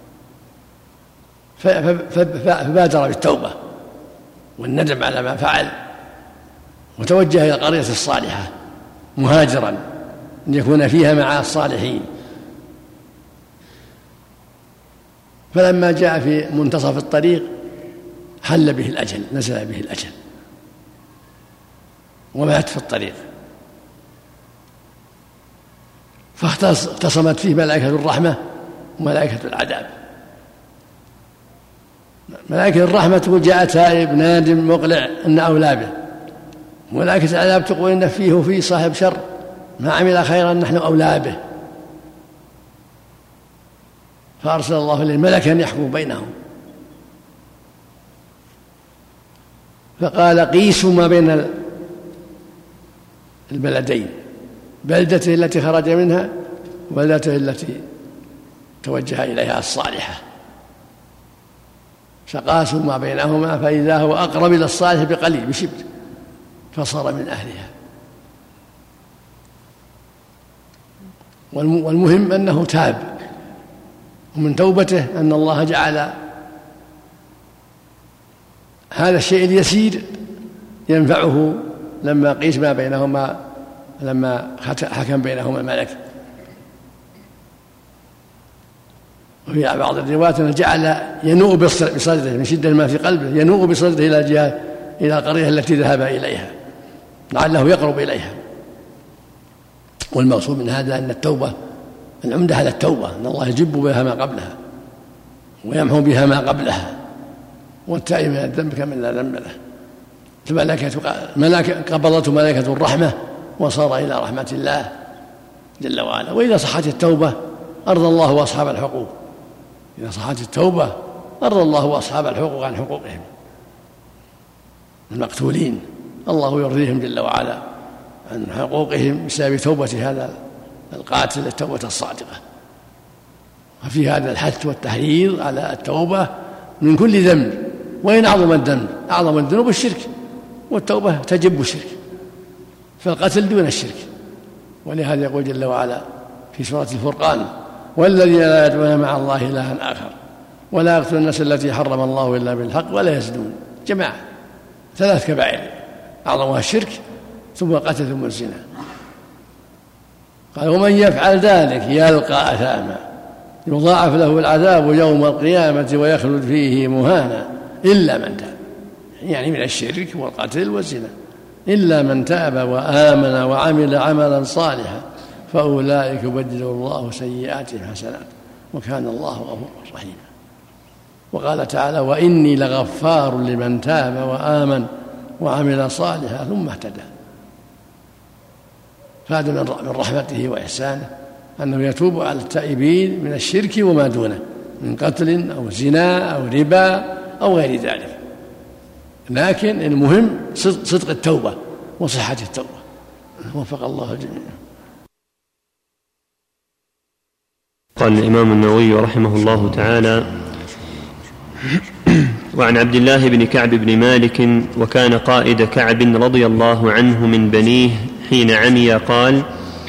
فبادر بالتوبة والندم على ما فعل، وتوجه إلى القرية الصالحة مهاجرا أن يكون فيها مع الصالحين. فلما جاء في منتصف الطريق حل به الأجل، نزل به الأجل ومات في الطريق. فاختصمت فيه ملائكة الرحمة وملائكة العذاب. ملائكة الرحمة تقول: جاء تائب نادم مقلع أن أولى به. وملائكة العذاب تقول: إن فيه وفيه صاحب شر ما عمل خيرا نحن أولى به. فأرسل الله إليه ملكا يحكم بينهم، فقال: قيسوا ما بين البلدين، بلدته التي خرج منها وبلدته التي توجه إليها الصالحة. فقاسوا ما بينهما فإذا هو أقرب إلى الصالح بقليل، بشبر، فصار من أهلها. والمهم أنه تاب، ومن توبته أن الله جعل هذا الشيء اليسير ينفعه لما قيس ما بينهما، لما حكم بينهما الملك. وفي بعض الروايات أنه جعل ينوء بصدره من شدة ما في قلبه، ينوء بصدره إلى القرية التي ذهب إليها لعله يقرب إليها. والمقصود من هذا أن التوبة العمدة على التوبة، أن الله يجب بها ما قبلها ويمحو بها ما قبلها، والتائب من الذنب كمن لا ذنب له. قبضته ملائكة الرحمة وصار إلى رحمة الله جل وعلا. وإذا صحت التوبة أرضى الله أصحاب الحقوق، إذا صحت التوبة أرضى الله أصحاب الحقوق عن حقوقهم المقتولين، الله يرضيهم جل وعلا عن حقوقهم بسبب توبة هذا القاتل التوبة الصادقة. وفي هذا الحث والتحريض على التوبة من كل ذنب، وإن أعظم الذنب، أعظم الذنوب الشرك، والتوبة تجب الشرك، فالقتل دون الشرك. ولهذا يقول جل وعلا في سورة الفرقان: والذين لا يدعون مع الله إلها آخر ولا يقتلون النفس التي حرم الله إلا بالحق ولا يزنون. جماعة 3 كبائر أعظمها الشرك ثم القتل ثم الزنا. قال: ومن يفعل ذلك يلقى أثاما يضاعف له العذاب يوم القيامة ويخلد فيه مهانا إلا من تاب، يعني من الشرك والقتل والزنا، إلا من تاب وآمن وعمل عملا صالحا فأولئك يبدل الله سيئاتهم حسنات وكان الله غفورا رحيما. وقال تعالى: وإني لغفار لمن تاب وآمن وعمل صالحا ثم اهتدى. فهذا من رحمته وإحسانه أنه يتوب على التائبين من الشرك وما دونه من قتل أو زنا أو ربا أو غير ذلك، لكن المهم صدق التوبة وصحة التوبة. وفق الله الجميع. قال الإمام النووي رحمه الله تعالى: وعن عبد الله بن كعب بن مالك وكان قائد كعب رضي الله عنه من بنيه حين عمي قال: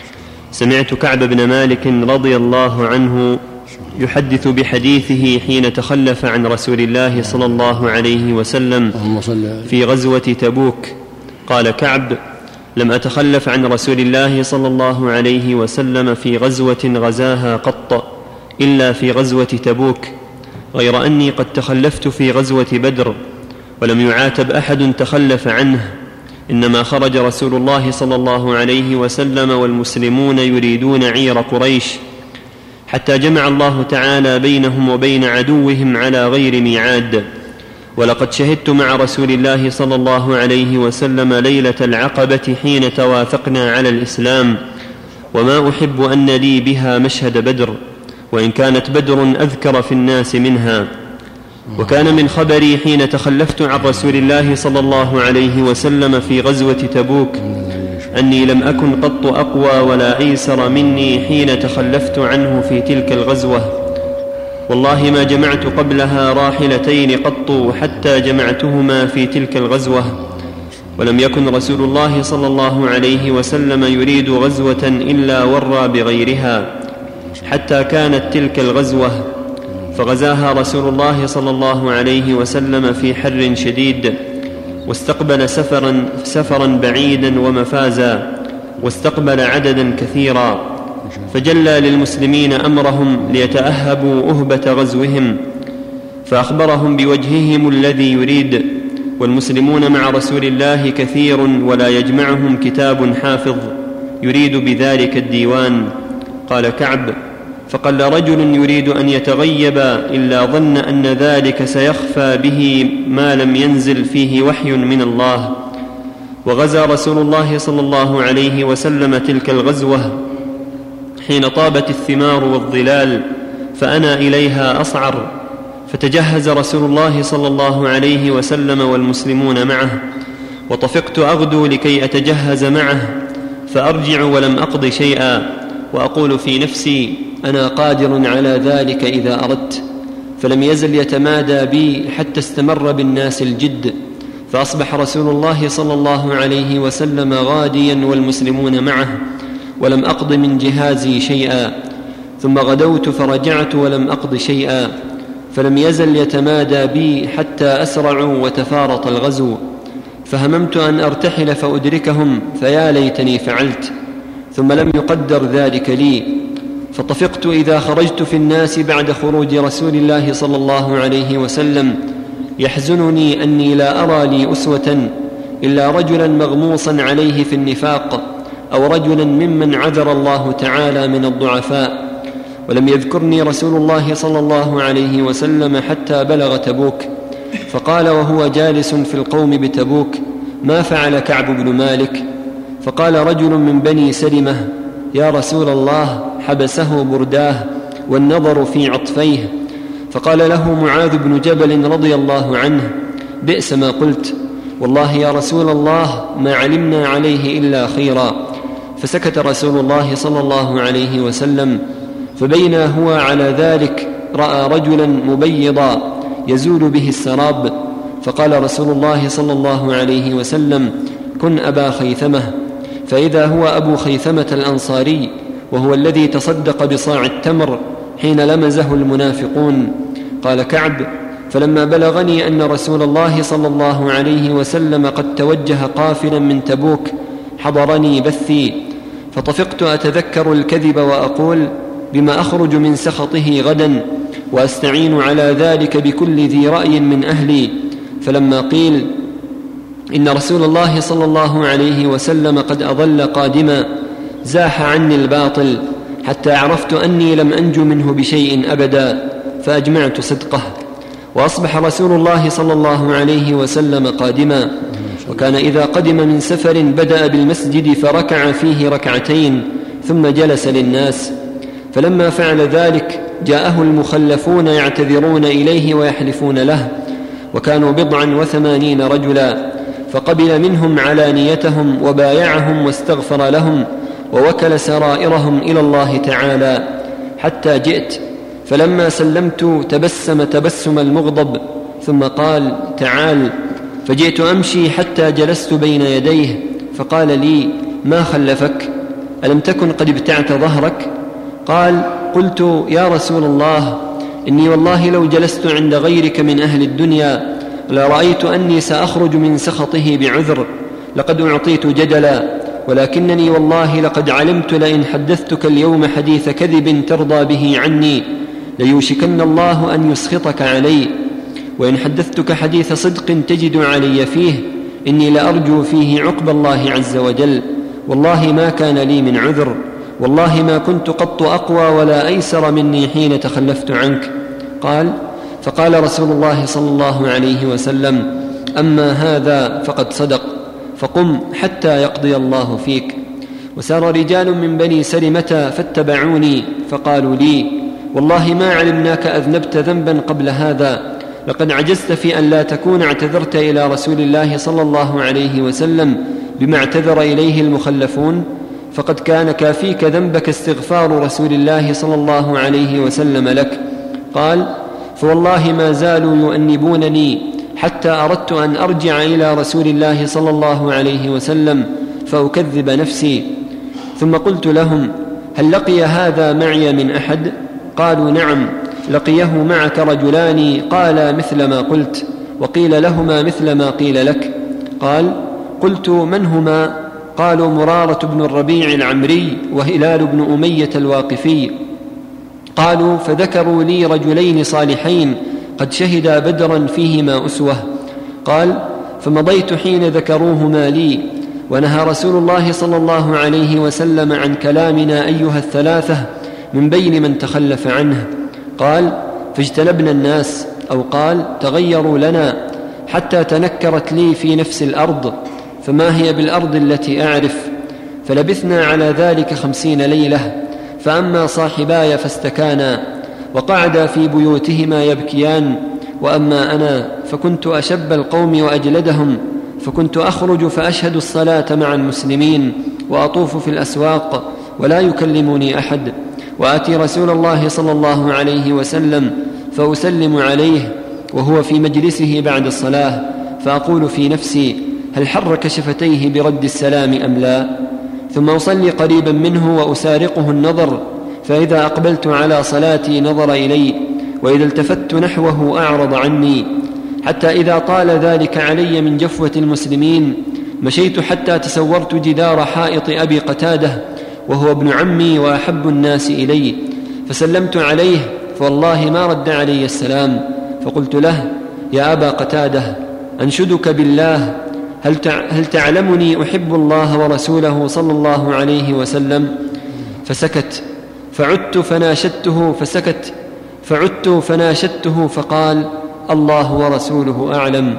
سمعت كعب بن مالك رضي الله عنه يحدث بحديثه حين تخلف عن رسول الله صلى الله عليه وسلم في غزوة تبوك. قال كعب: لم أتخلف عن رسول الله صلى الله عليه وسلم في غزوة غزاها قط إلا في غزوة تبوك، غير أني قد تخلفت في غزوة بدر ولم يعاتب أحد تخلف عنه، إنما خرج رسول الله صلى الله عليه وسلم والمسلمون يريدون عير قريش حتى جمع الله تعالى بينهم وبين عدوهم على غير ميعاد. ولقد شهدت مع رسول الله صلى الله عليه وسلم ليلة العقبة حين تواثقنا على الإسلام، وما أحب أن لي بها مشهد بدر، وإن كانت بدر أذكر في الناس منها. وكان من خبري حين تخلفت عن رسول الله صلى الله عليه وسلم في غزوة تبوك أني لم أكن قط أقوى ولا أيسر مني حين تخلفت عنه في تلك الغزوة، والله ما جمعت قبلها راحلتين قط حتى جمعتهما في تلك الغزوة، ولم يكن رسول الله صلى الله عليه وسلم يريد غزوة إلا ورى بغيرها حتى كانت تلك الغزوة، فغزاها رسول الله صلى الله عليه وسلم في حر شديد، واستقبل سفرا بعيدا ومفازا، واستقبل عددا كثيرا، فجلى للمسلمين أمرهم ليتأهبوا أهبة غزوهم، فأخبرهم بوجههم الذي يريد، والمسلمون مع رسول الله كثير ولا يجمعهم كتاب حافظ يريد بذلك الديوان. قال كعب: فقل رجل يريد أن يتغيب إلا ظن أن ذلك سيخفى به ما لم ينزل فيه وحي من الله. وغزا رسول الله صلى الله عليه وسلم تلك الغزوة حين طابت الثمار والظلال، فأنا إليها أصعر، فتجهز رسول الله صلى الله عليه وسلم والمسلمون معه، وطفقت أغدو لكي أتجهز معه، فأرجع ولم أقض شيئا، وأقول في نفسي: أنا قادر على ذلك إذا أردت. فلم يزل يتمادى بي حتى استمر بالناس الجد، فأصبح رسول الله صلى الله عليه وسلم غاديا والمسلمون معه، ولم أقض من جهازي شيئا، ثم غدوت فرجعت ولم أقض شيئا، فلم يزل يتمادى بي حتى أسرعوا وتفارط الغزو، فهممت أن أرتحل فأدركهم، فيا ليتني فعلت، ثم لم يقدر ذلك لي، فطفقت إذا خرجت في الناس بعد خروج رسول الله صلى الله عليه وسلم يحزنني أني لا أرى لي أسوة إلا رجلا مغموصا عليه في النفاق أو رجلا ممن عذر الله تعالى من الضعفاء. ولم يذكرني رسول الله صلى الله عليه وسلم حتى بلغ تبوك، فقال وهو جالس في القوم بتبوك: ما فعل كعب بن مالك؟ فقال رجل من بني سلمة: يا رسول الله، حبسه برداه والنظر في عطفيه. فقال له معاذ بن جبل رضي الله عنه: بئس ما قلت، والله يا رسول الله ما علمنا عليه إلا خيرا. فسكت رسول الله صلى الله عليه وسلم، فبينا هو على ذلك رأى رجلا مبيضا يزول به السراب، فقال رسول الله صلى الله عليه وسلم: كن أبا خيثمة. فإذا هو أبو خيثمة الأنصاري، وهو الذي تصدق بصاع التمر حين لمزه المنافقون. قال كعب: فلما بلغني أن رسول الله صلى الله عليه وسلم قد توجه قافلا من تبوك حضرني بثي، فطفقت أتذكر الكذب وأقول: بما أخرج من سخطه غدا، وأستعين على ذلك بكل ذي رأي من أهلي. فلما قيل إن رسول الله صلى الله عليه وسلم قد أضل قادما، زاح عني الباطل حتى عرفت أني لم أنج منه بشيء أبدا، فأجمعت صدقه. وأصبح رسول الله صلى الله عليه وسلم قادما، وكان إذا قدم من سفر بدأ بالمسجد فركع فيه ركعتين ثم جلس للناس. فلما فعل ذلك جاءه المخلفون يعتذرون إليه ويحلفون له، وكانوا 87 رجلا، فقبل منهم علانيتهم وبايعهم واستغفر لهم ووكل سرائرهم إلى الله تعالى، حتى جئت. فلما سلمت تبسم تبسم المغضب، ثم قال: تعال. فجئت أمشي حتى جلست بين يديه، فقال لي: ما خلفك؟ ألم تكن قد ابتعت ظهرك؟ قال: قلت: يا رسول الله، إني والله لو جلست عند غيرك من أهل الدنيا لرأيت أني سأخرج من سخطه بعذر، لقد أعطيت جدلا، ولكنني والله لقد علمت لئن حدثتك اليوم حديث كذب ترضى به عني ليوشكن الله أن يسخطك علي، وإن حدثتك حديث صدق تجد علي فيه إني لأرجو فيه عقب الله عز وجل، والله ما كان لي من عذر، والله ما كنت قط أقوى ولا أيسر مني حين تخلفت عنك. قال: فقال رسول الله صلى الله عليه وسلم: أما هذا فقد صدق، فقم حتى يقضي الله فيك. وسار رجال من بني سلمة فاتبعوني، فقالوا لي: والله ما علمناك أذنبت ذنبا قبل هذا، لقد عجزت في أن لا تكون اعتذرت إلى رسول الله صلى الله عليه وسلم بما اعتذر إليه المخلفون، فقد كان كافيك ذنبك استغفار رسول الله صلى الله عليه وسلم لك. قال: فوالله ما زالوا يؤنبونني حتى أردت أن أرجع إلى رسول الله صلى الله عليه وسلم فأكذب نفسي. ثم قلت لهم: هل لقي هذا معي من أحد؟ قالوا: نعم، لقيه معك رجلان قالا مثل ما قلت، وقيل لهما مثل ما قيل لك. قال: قلت: من هما؟ قالوا: مرارة بن الربيع العمري وهلال بن أمية الواقفي. قالوا: فذكروا لي رجلين صالحين قد شهدا بدرا فيهما أسوة. قال: فمضيت حين ذكروهما لي، ونهى رسول الله صلى الله عليه وسلم عن كلامنا أيها الثلاثة من بين من تخلف عنه. قال: فاجتنبنا الناس، أو قال: تغيروا لنا، حتى تنكرت لي في نفس الأرض، فما هي بالأرض التي أعرف. فلبثنا على ذلك 50 ليلة، فأما صاحباي فاستكانا وقعدا في بيوتهما يبكيان، وأما أنا فكنت أشب القوم وأجلدهم، فكنت أخرج فأشهد الصلاة مع المسلمين وأطوف في الأسواق ولا يكلمني أحد، وآتي رسول الله صلى الله عليه وسلم فأسلم عليه وهو في مجلسه بعد الصلاة، فأقول في نفسي: هل حرك شفتيه برد السلام أم لا؟ ثم أصلي قريبا منه وأسارقه النظر، فإذا أقبلت على صلاتي نظر إلي، وإذا التفت نحوه أعرض عني، حتى إذا طال ذلك علي من جفوة المسلمين مشيت حتى تسورت جدار حائط أبي قتادة، وهو ابن عمي وأحب الناس إلي، فسلمت عليه فوالله ما رد علي السلام، فقلت له: يا أبا قتادة، أنشدك بالله، هل تعلمني أحب الله ورسوله صلى الله عليه وسلم؟ فسكت، فعدت فناشدته فسكت، فعدت فناشدته فقال: الله ورسوله أعلم.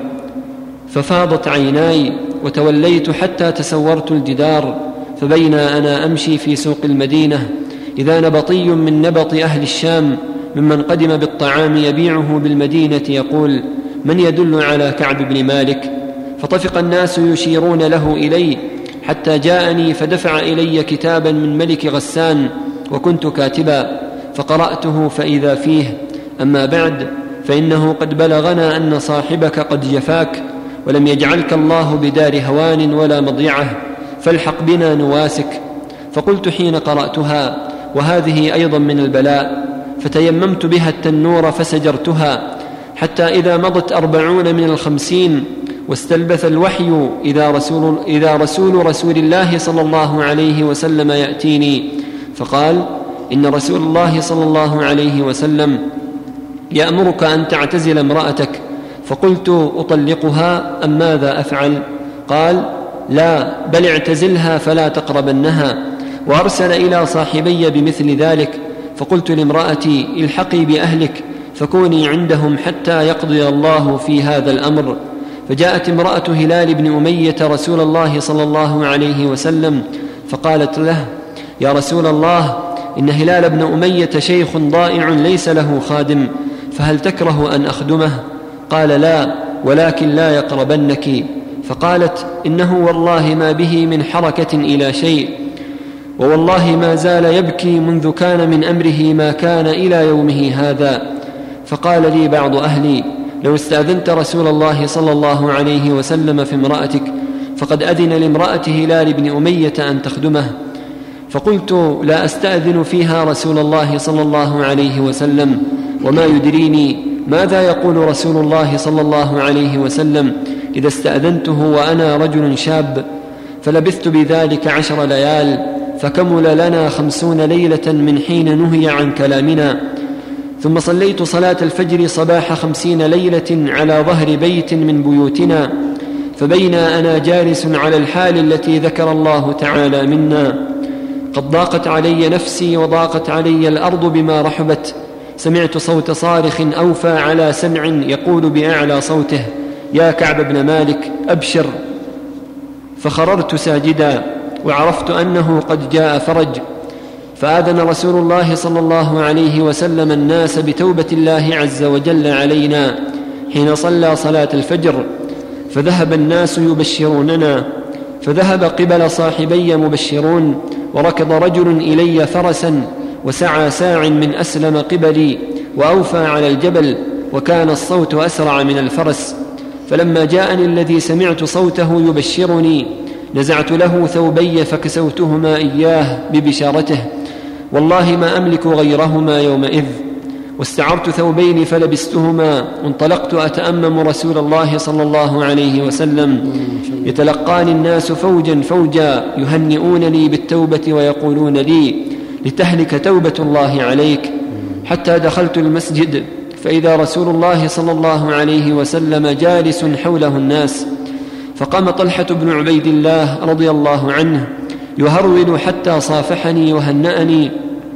ففاضت عيناي وتوليت حتى تسورت الجدار، فبينا أنا أمشي في سوق المدينة إذا نبطي من نبط أهل الشام ممن قدم بالطعام يبيعه بالمدينة يقول: من يدل على كعب بن مالك؟ فطفق الناس يشيرون له إلي حتى جاءني فدفع إلي كتابا من ملك غسان وكنت كاتبا، فقرأته فإذا فيه: أما بعد، فإنه قد بلغنا أن صاحبك قد جفاك، ولم يجعلك الله بدار هوان ولا مضيعة، فالحق بنا نواسك. فقلت حين قرأتها: وهذه أيضا من البلاء، فتيممت بها التنور فسجرتها، حتى إذا مضت 40 من 50 واستلبث الوحي إذا رسول الله صلى الله عليه وسلم يأتيني فقال: إن رسول الله صلى الله عليه وسلم يأمرك أن تعتزل امرأتك. فقلت: أطلقها أم ماذا أفعل؟ قال: لا، بل اعتزلها فلا تقربنها. وأرسل إلى صاحبي بمثل ذلك. فقلت لامرأتي: الحقي بأهلك فكوني عندهم حتى يقضي الله في هذا الأمر. فجاءت امرأة هلال بن أمية رسول الله صلى الله عليه وسلم فقالت له: يا رسول الله، إن هلال بن أمية شيخ ضائع ليس له خادم، فهل تكره أن أخدمه؟ قال: لا، ولكن لا يقربنك. فقالت: إنه والله ما به من حركة إلى شيء، ووالله ما زال يبكي منذ كان من أمره ما كان إلى يومه هذا. فقال لي بعض أهلي: لو استأذنت رسول الله صلى الله عليه وسلم في امرأتك فقد أذن لامرأة هلال بن أمية أن تخدمه. فقلت: لا أستأذن فيها رسول الله صلى الله عليه وسلم، وما يدريني ماذا يقول رسول الله صلى الله عليه وسلم إذا استأذنته وأنا رجل شاب. فلبثت بذلك 10 ليال، فكمل لنا 50 ليلة من حين نهي عن كلامنا. ثم صليت صلاة الفجر صباح 50 ليلة على ظهر بيت من بيوتنا، فبينا أنا جالس على الحال التي ذكر الله تعالى منا قد ضاقت علي نفسي وضاقت علي الأرض بما رحبت، سمعت صوت صارخ أوفى على سمع يقول بأعلى صوته: يا كعب بن مالك، أبشر. فخررت ساجدا، وعرفت أنه قد جاء فرج. فآذن رسول الله صلى الله عليه وسلم الناس بتوبة الله عز وجل علينا حين صلى صلاة الفجر، فذهب الناس يبشروننا، فذهب قبل صاحبي مبشرون، وركض رجل إلي فرسا وسعى ساع من أسلم قبلي وأوفى على الجبل، وكان الصوت أسرع من الفرس. فلما جاءني الذي سمعت صوته يبشرني نزعت له ثوبي فكسوتهما إياه ببشارته، والله ما أملك غيرهما يومئذ. واستعرت ثوبين فلبستهما، وانطلقت أتأمم رسول الله صلى الله عليه وسلم، يتلقاني الناس فوجا فوجا يهنئونني بالتوبة ويقولون لي: لتهلك توبة الله عليك. حتى دخلت المسجد فإذا رسول الله صلى الله عليه وسلم جالس حوله الناس، فقام طلحة بن عبيد الله رضي الله عنه يهرول حتى صافحني وهنأني،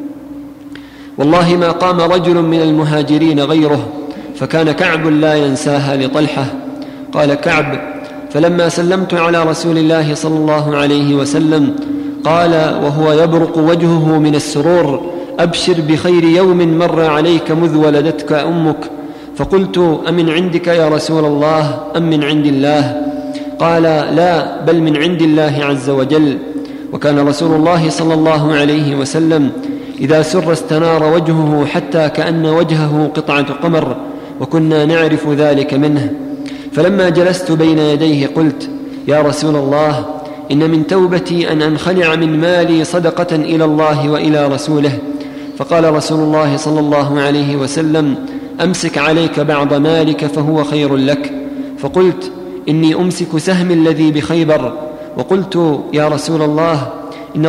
والله ما قام رجل من المهاجرين غيره، فكان كعب لا ينساها لطلحة. قال كعب: فلما سلمت على رسول الله صلى الله عليه وسلم قال وهو يبرق وجهه من السرور: أبشر بخير يوم مر عليك مذ ولدتك أمك. فقلت: أمن عندك يا رسول الله أم من عند الله؟ قال: لا، بل من عند الله عز وجل. وكان رسول الله صلى الله عليه وسلم إذا سر استنار وجهه حتى كأن وجهه قطعة قمر، وكنا نعرف ذلك منه. فلما جلست بين يديه قلت: يا رسول الله، إن من توبتي أن أنخلع من مالي صدقة إلى الله وإلى رسوله. فقال رسول الله صلى الله عليه وسلم: أمسك عليك بعض مالك فهو خير لك. فقلت: إني أمسك سهم الذي بخيبر. وقلت: يا رسول الله، إن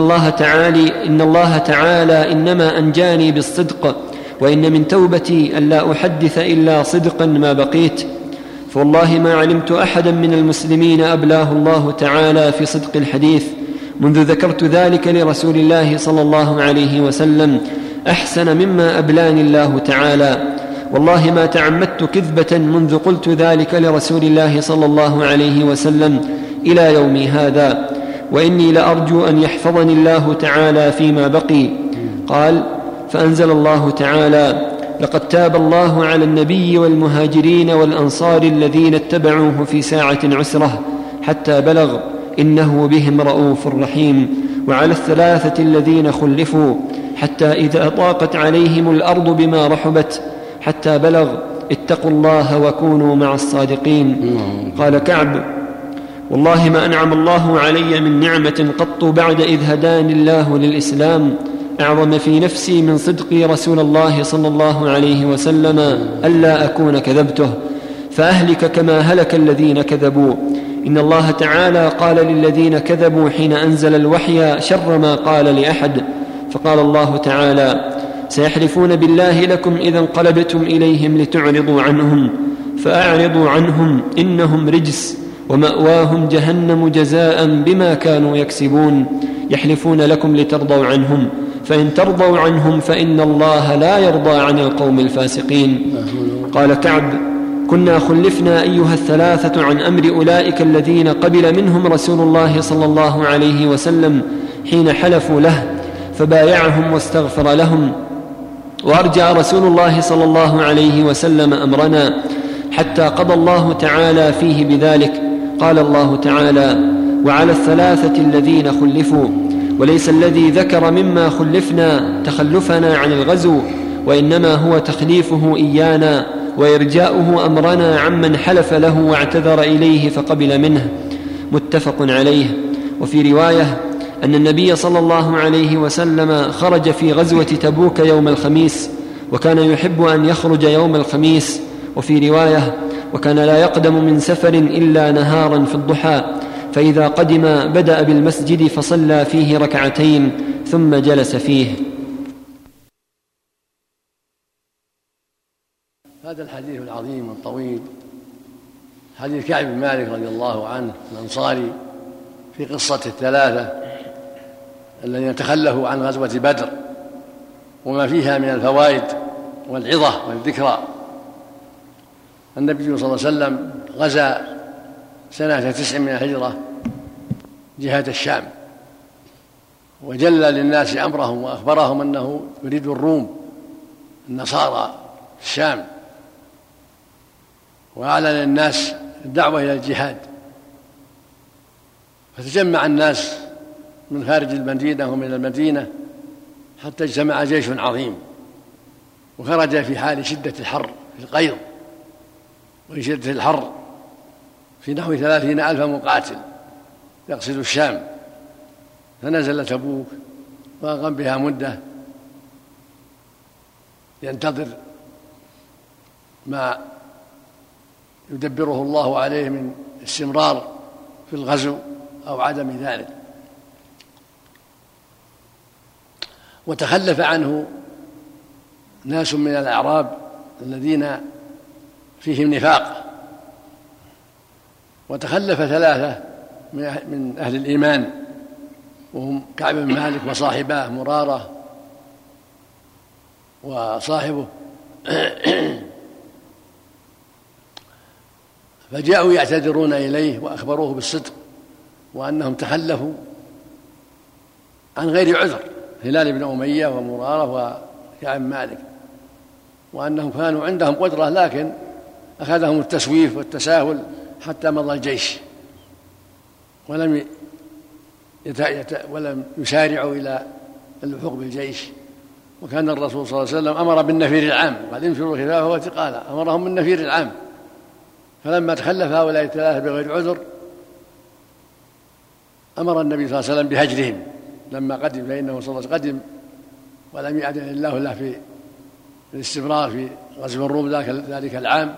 الله تعالى إنما أنجاني بالصدق، وإن من توبتي ألا أحدث إلا صدقا ما بقيت. فوالله ما علمت أحدا من المسلمين أبلاه الله تعالى في صدق الحديث منذ ذكرت ذلك لرسول الله صلى الله عليه وسلم أحسن مما أبلاني الله تعالى. والله ما تعمدت كذبة منذ قلت ذلك لرسول الله صلى الله عليه وسلم إلى يومي هذا، وإني لأرجو أن يحفظني الله تعالى فيما بقي. قال: فأنزل الله تعالى: لقد تاب الله على النبي والمهاجرين والأنصار الذين اتبعوه في ساعة عسرة حتى بلغ إنه بهم رءوف رحيم، وعلى الثلاثة الذين خلفوا حتى إذا ضاقت عليهم الأرض بما رحبت حتى بلغ اتقوا الله وكونوا مع الصادقين. قال كعب: والله ما أنعم الله علي من نعمة قط بعد إذ هداني الله للإسلام أعظم في نفسي من صدقي رسول الله صلى الله عليه وسلم ألا أكون كذبته فأهلك كما هلك الذين كذبوا. إن الله تعالى قال للذين كذبوا حين أنزل الوحي شر ما قال لأحد، فقال الله تعالى: سيحلفون بالله لكم إذا انقلبتم إليهم لتعرضوا عنهم فأعرضوا عنهم إنهم رجس ومأواهم جهنم جزاء بما كانوا يكسبون. يحلفون لكم لترضوا عنهم فإن ترضوا عنهم فإن الله لا يرضى عن القوم الفاسقين. قال كعب: كنا خلفنا أيها الثلاثة عن أمر أولئك الذين قبل منهم رسول الله صلى الله عليه وسلم حين حلفوا له فبايعهم واستغفر لهم، وأرجع رسول الله صلى الله عليه وسلم أمرنا حتى قضى الله تعالى فيه بذلك. قال الله تعالى: وعلى الثلاثة الذين خلفوا. وليس الذي ذكر مما خلفنا تخلفنا عن الغزو، وإنما هو تخليفه إيانا وإرجاؤه أمرنا عمن حلف له واعتذر إليه فقبل منه. متفق عليه. وفي رواية أن النبي صلى الله عليه وسلم خرج في غزوة تبوك يوم الخميس، وكان يحب أن يخرج يوم الخميس. وفي رواية: وكان لا يقدم من سفر إلا نهارا في الضحى، فإذا قدم بدأ بالمسجد فصلى فيه ركعتين ثم جلس فيه. هذا الحديث العظيم الطويل حديث كعب بن مالك رضي الله عنه الأنصاري في قصة الثلاثة الذين تخلفوا عن غزوة بدر وما فيها من الفوائد والعظة والذكرى. النبي صلى الله عليه وسلم غزا سنة 9 من الهجرة جهة الشام، وجلى للناس أمرهم وأخبرهم أنه يريد الروم النصارى في الشام، وأعلن للناس الدعوة إلى الجهاد. فتجمع الناس من خارج المدينة ومن المدينة حتى اجتمع جيش عظيم، وخرج في حال شدة الحر في القيض وفي شدة الحر في نحو 30,000 مقاتل يقصد الشام. فنزل تبوك وأقام بها مدة ينتظر ما يدبره الله عليه من استمرار في الغزو أو عدم ذلك. وتخلف عنه ناس من الأعراب الذين فيهم نفاق، وتخلف 3 من أهل الإيمان وهم كعب بن مالك وصاحباه مرارة وصاحبه فجاءوا يعتذرون إليه وأخبروه بالصدق وأنهم تخلفوا عن غير عذر، هلال بن أمية ومرارة وكعب بن مالك، وأنهم كانوا عندهم قدرة لكن أخذهم التسويف والتساهل حتى مضى الجيش ولم يسارعوا إلى اللحوق بالجيش. وكان الرسول صلى الله عليه وسلم أمر بالنفير العام، قال انفروا خفافا وثقالا، أمرهم بالنفير العام. فلما تخلف هؤلاء الثلاثة بغير عذر أمر النبي صلى الله عليه وسلم بهجرهم لما قدم، فإنه صلى الله عليه وسلم قدم ولم يأذن الله له في الاستمرار في غزو الروم ذلك العام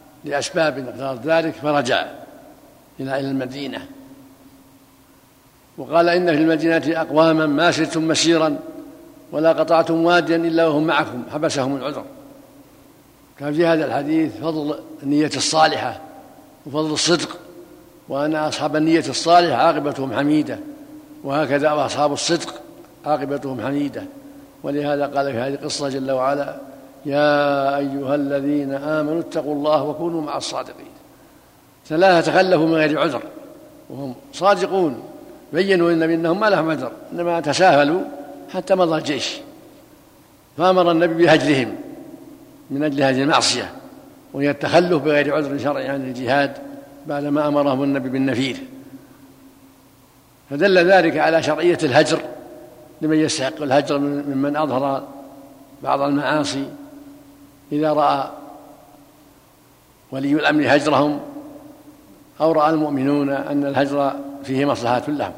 لأسباب اقتضت ذلك، فرجع إلى المدينة. وقال إن في المدينة أقواما ما سرتم مسيرا ولا قطعتم واديا إلا وهم معكم حبسهم العذر. كان في هذا الحديث فضل النية الصالحة وفضل الصدق، وأن أصحاب النية الصالحة عاقبتهم حميدة، وهكذا أصحاب الصدق عاقبتهم حميدة. ولهذا قال في هذه القصة جل وعلا: يا أيها الذين آمنوا اتقوا الله وكونوا مع الصادقين. ثلاثة تخلفوا من غير عذر وهم صادقون، بينوا للنبي أنهم ما لهم عذر، إنما تساهلوا حتى مضى الجيش، فأمر النبي بهجرهم من أجل هذه المعصية، وهي التخلف بغير عذر شرعي عن الجهاد بعدما أمرهم النبي بالنفير. فدل ذلك على شرعية الهجر لمن يستحق الهجر ممن أظهر بعض المعاصي، إذا رأى ولي الأمر هجرهم أو رأى المؤمنون أن الهجر فيه مصلحة لهم،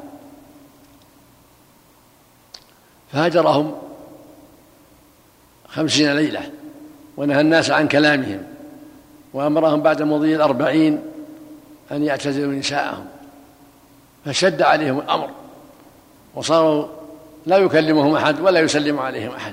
فهجرهم 50 ليلة ونهى الناس عن كلامهم، وأمرهم بعد مضي 40 أن يعتزلوا نساءهم، فشد عليهم الأمر وصاروا لا يكلمهم أحد ولا يسلم عليهم أحد،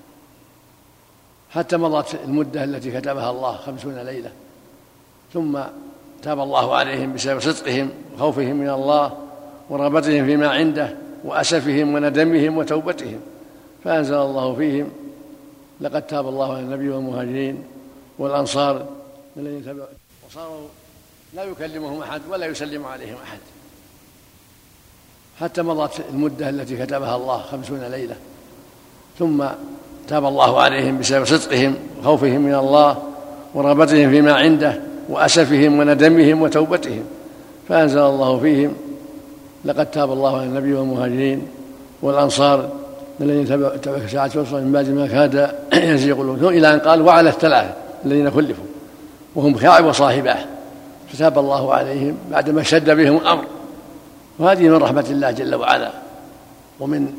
حتى مضت المدة التي كتبها الله 50 ليلة. ثم تاب الله عليهم بسبب صدقهم وخوفهم من الله ورغبتهم فيما عنده وأسفهم وندمهم وتوبتهم، فأنزل الله فيهم: لقد تاب الله على النبي والمهاجرين والأنصار الذين تبعوا، وصاروا لا يكلمهم أحد ولا يسلم عليهم أحد، حتى مضت المدة التي كتبها الله 50 ليلة. ثم تاب الله عليهم بسبب صدقهم وخوفهم من الله ورغبتهم فيما عنده وأسفهم وندمهم وتوبتهم، فأنزل الله فيهم: لقد تاب الله على النبي والمهاجرين والأنصار الذين تبعوا ساعة العسرة من بعد ما كاد يزيغ قلوبهم، إلى أن قال: وعلى الثلاثة الذين خلفوا وهم كاعب وصاحباه، فتاب الله عليهم بعدما شد بهم الأمر. وهذه من رحمة الله جل وعلا، ومن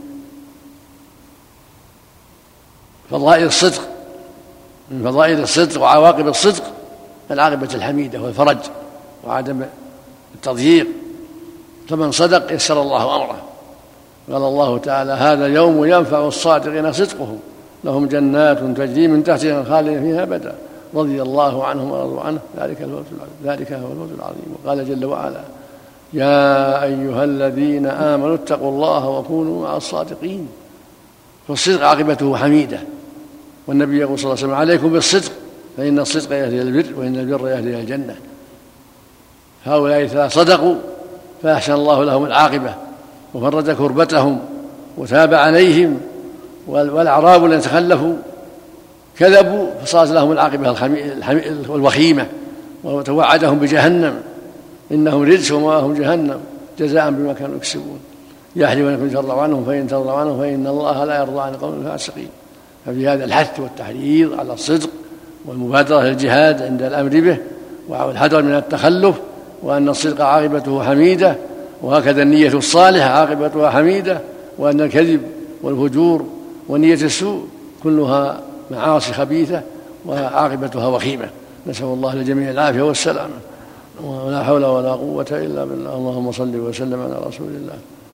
فضائل الصدق، من فضائل الصدق وعواقب الصدق العاقبة الحميدة والفرج وعدم التضييق. فمن صدق يسر الله أمره. قال الله تعالى: هذا يوم ينفع الصادقين صدقهم لهم جنات تجري من تحتها خالدين فيها أبدا رضي الله عنهم ورضوا عنه ذلك هو الفوز العظيم. وقال جل وعلا: يا أيها الذين آمنوا اتقوا الله وكونوا مع الصادقين. فالصدق عاقبته حميدة، والنبي يقول صلى الله عليه وسلم: عليكم بالصدق فإن الصدق يهدي إلى البر وإن البر يهدي إلى الجنة. هؤلاء الثلاثة صدقوا فأحسن الله لهم العاقبة وفرج كربتهم وتاب عليهم، والأعراب الذين تخلفوا كذبوا فصارت لهم العاقبة الوخيمة، وتوعدهم بجهنم إنهم رجس ومأواهم جهنم جزاء بما كانوا يكسبون. يحلفون أنكم ترضوا عنهم فإن ترضوا عنهم فإن الله لا يرضى عن القوم الفاسقين. ففي هذا الحث والتحريض على الصدق والمبادرة للجهاد عند الأمر به والحذر من التخلف، وأن الصدق عاقبته حميدة، وهكذا النية الصالحة عاقبتها حميدة، وأن الكذب والفجور ونية السوء كلها معاصي خبيثة وعاقبتها وخيمة. نسأل الله للجميع العافية والسلامة، ولا حول ولا قوة إلا بالله. اللهم صل وسلم على رسول الله.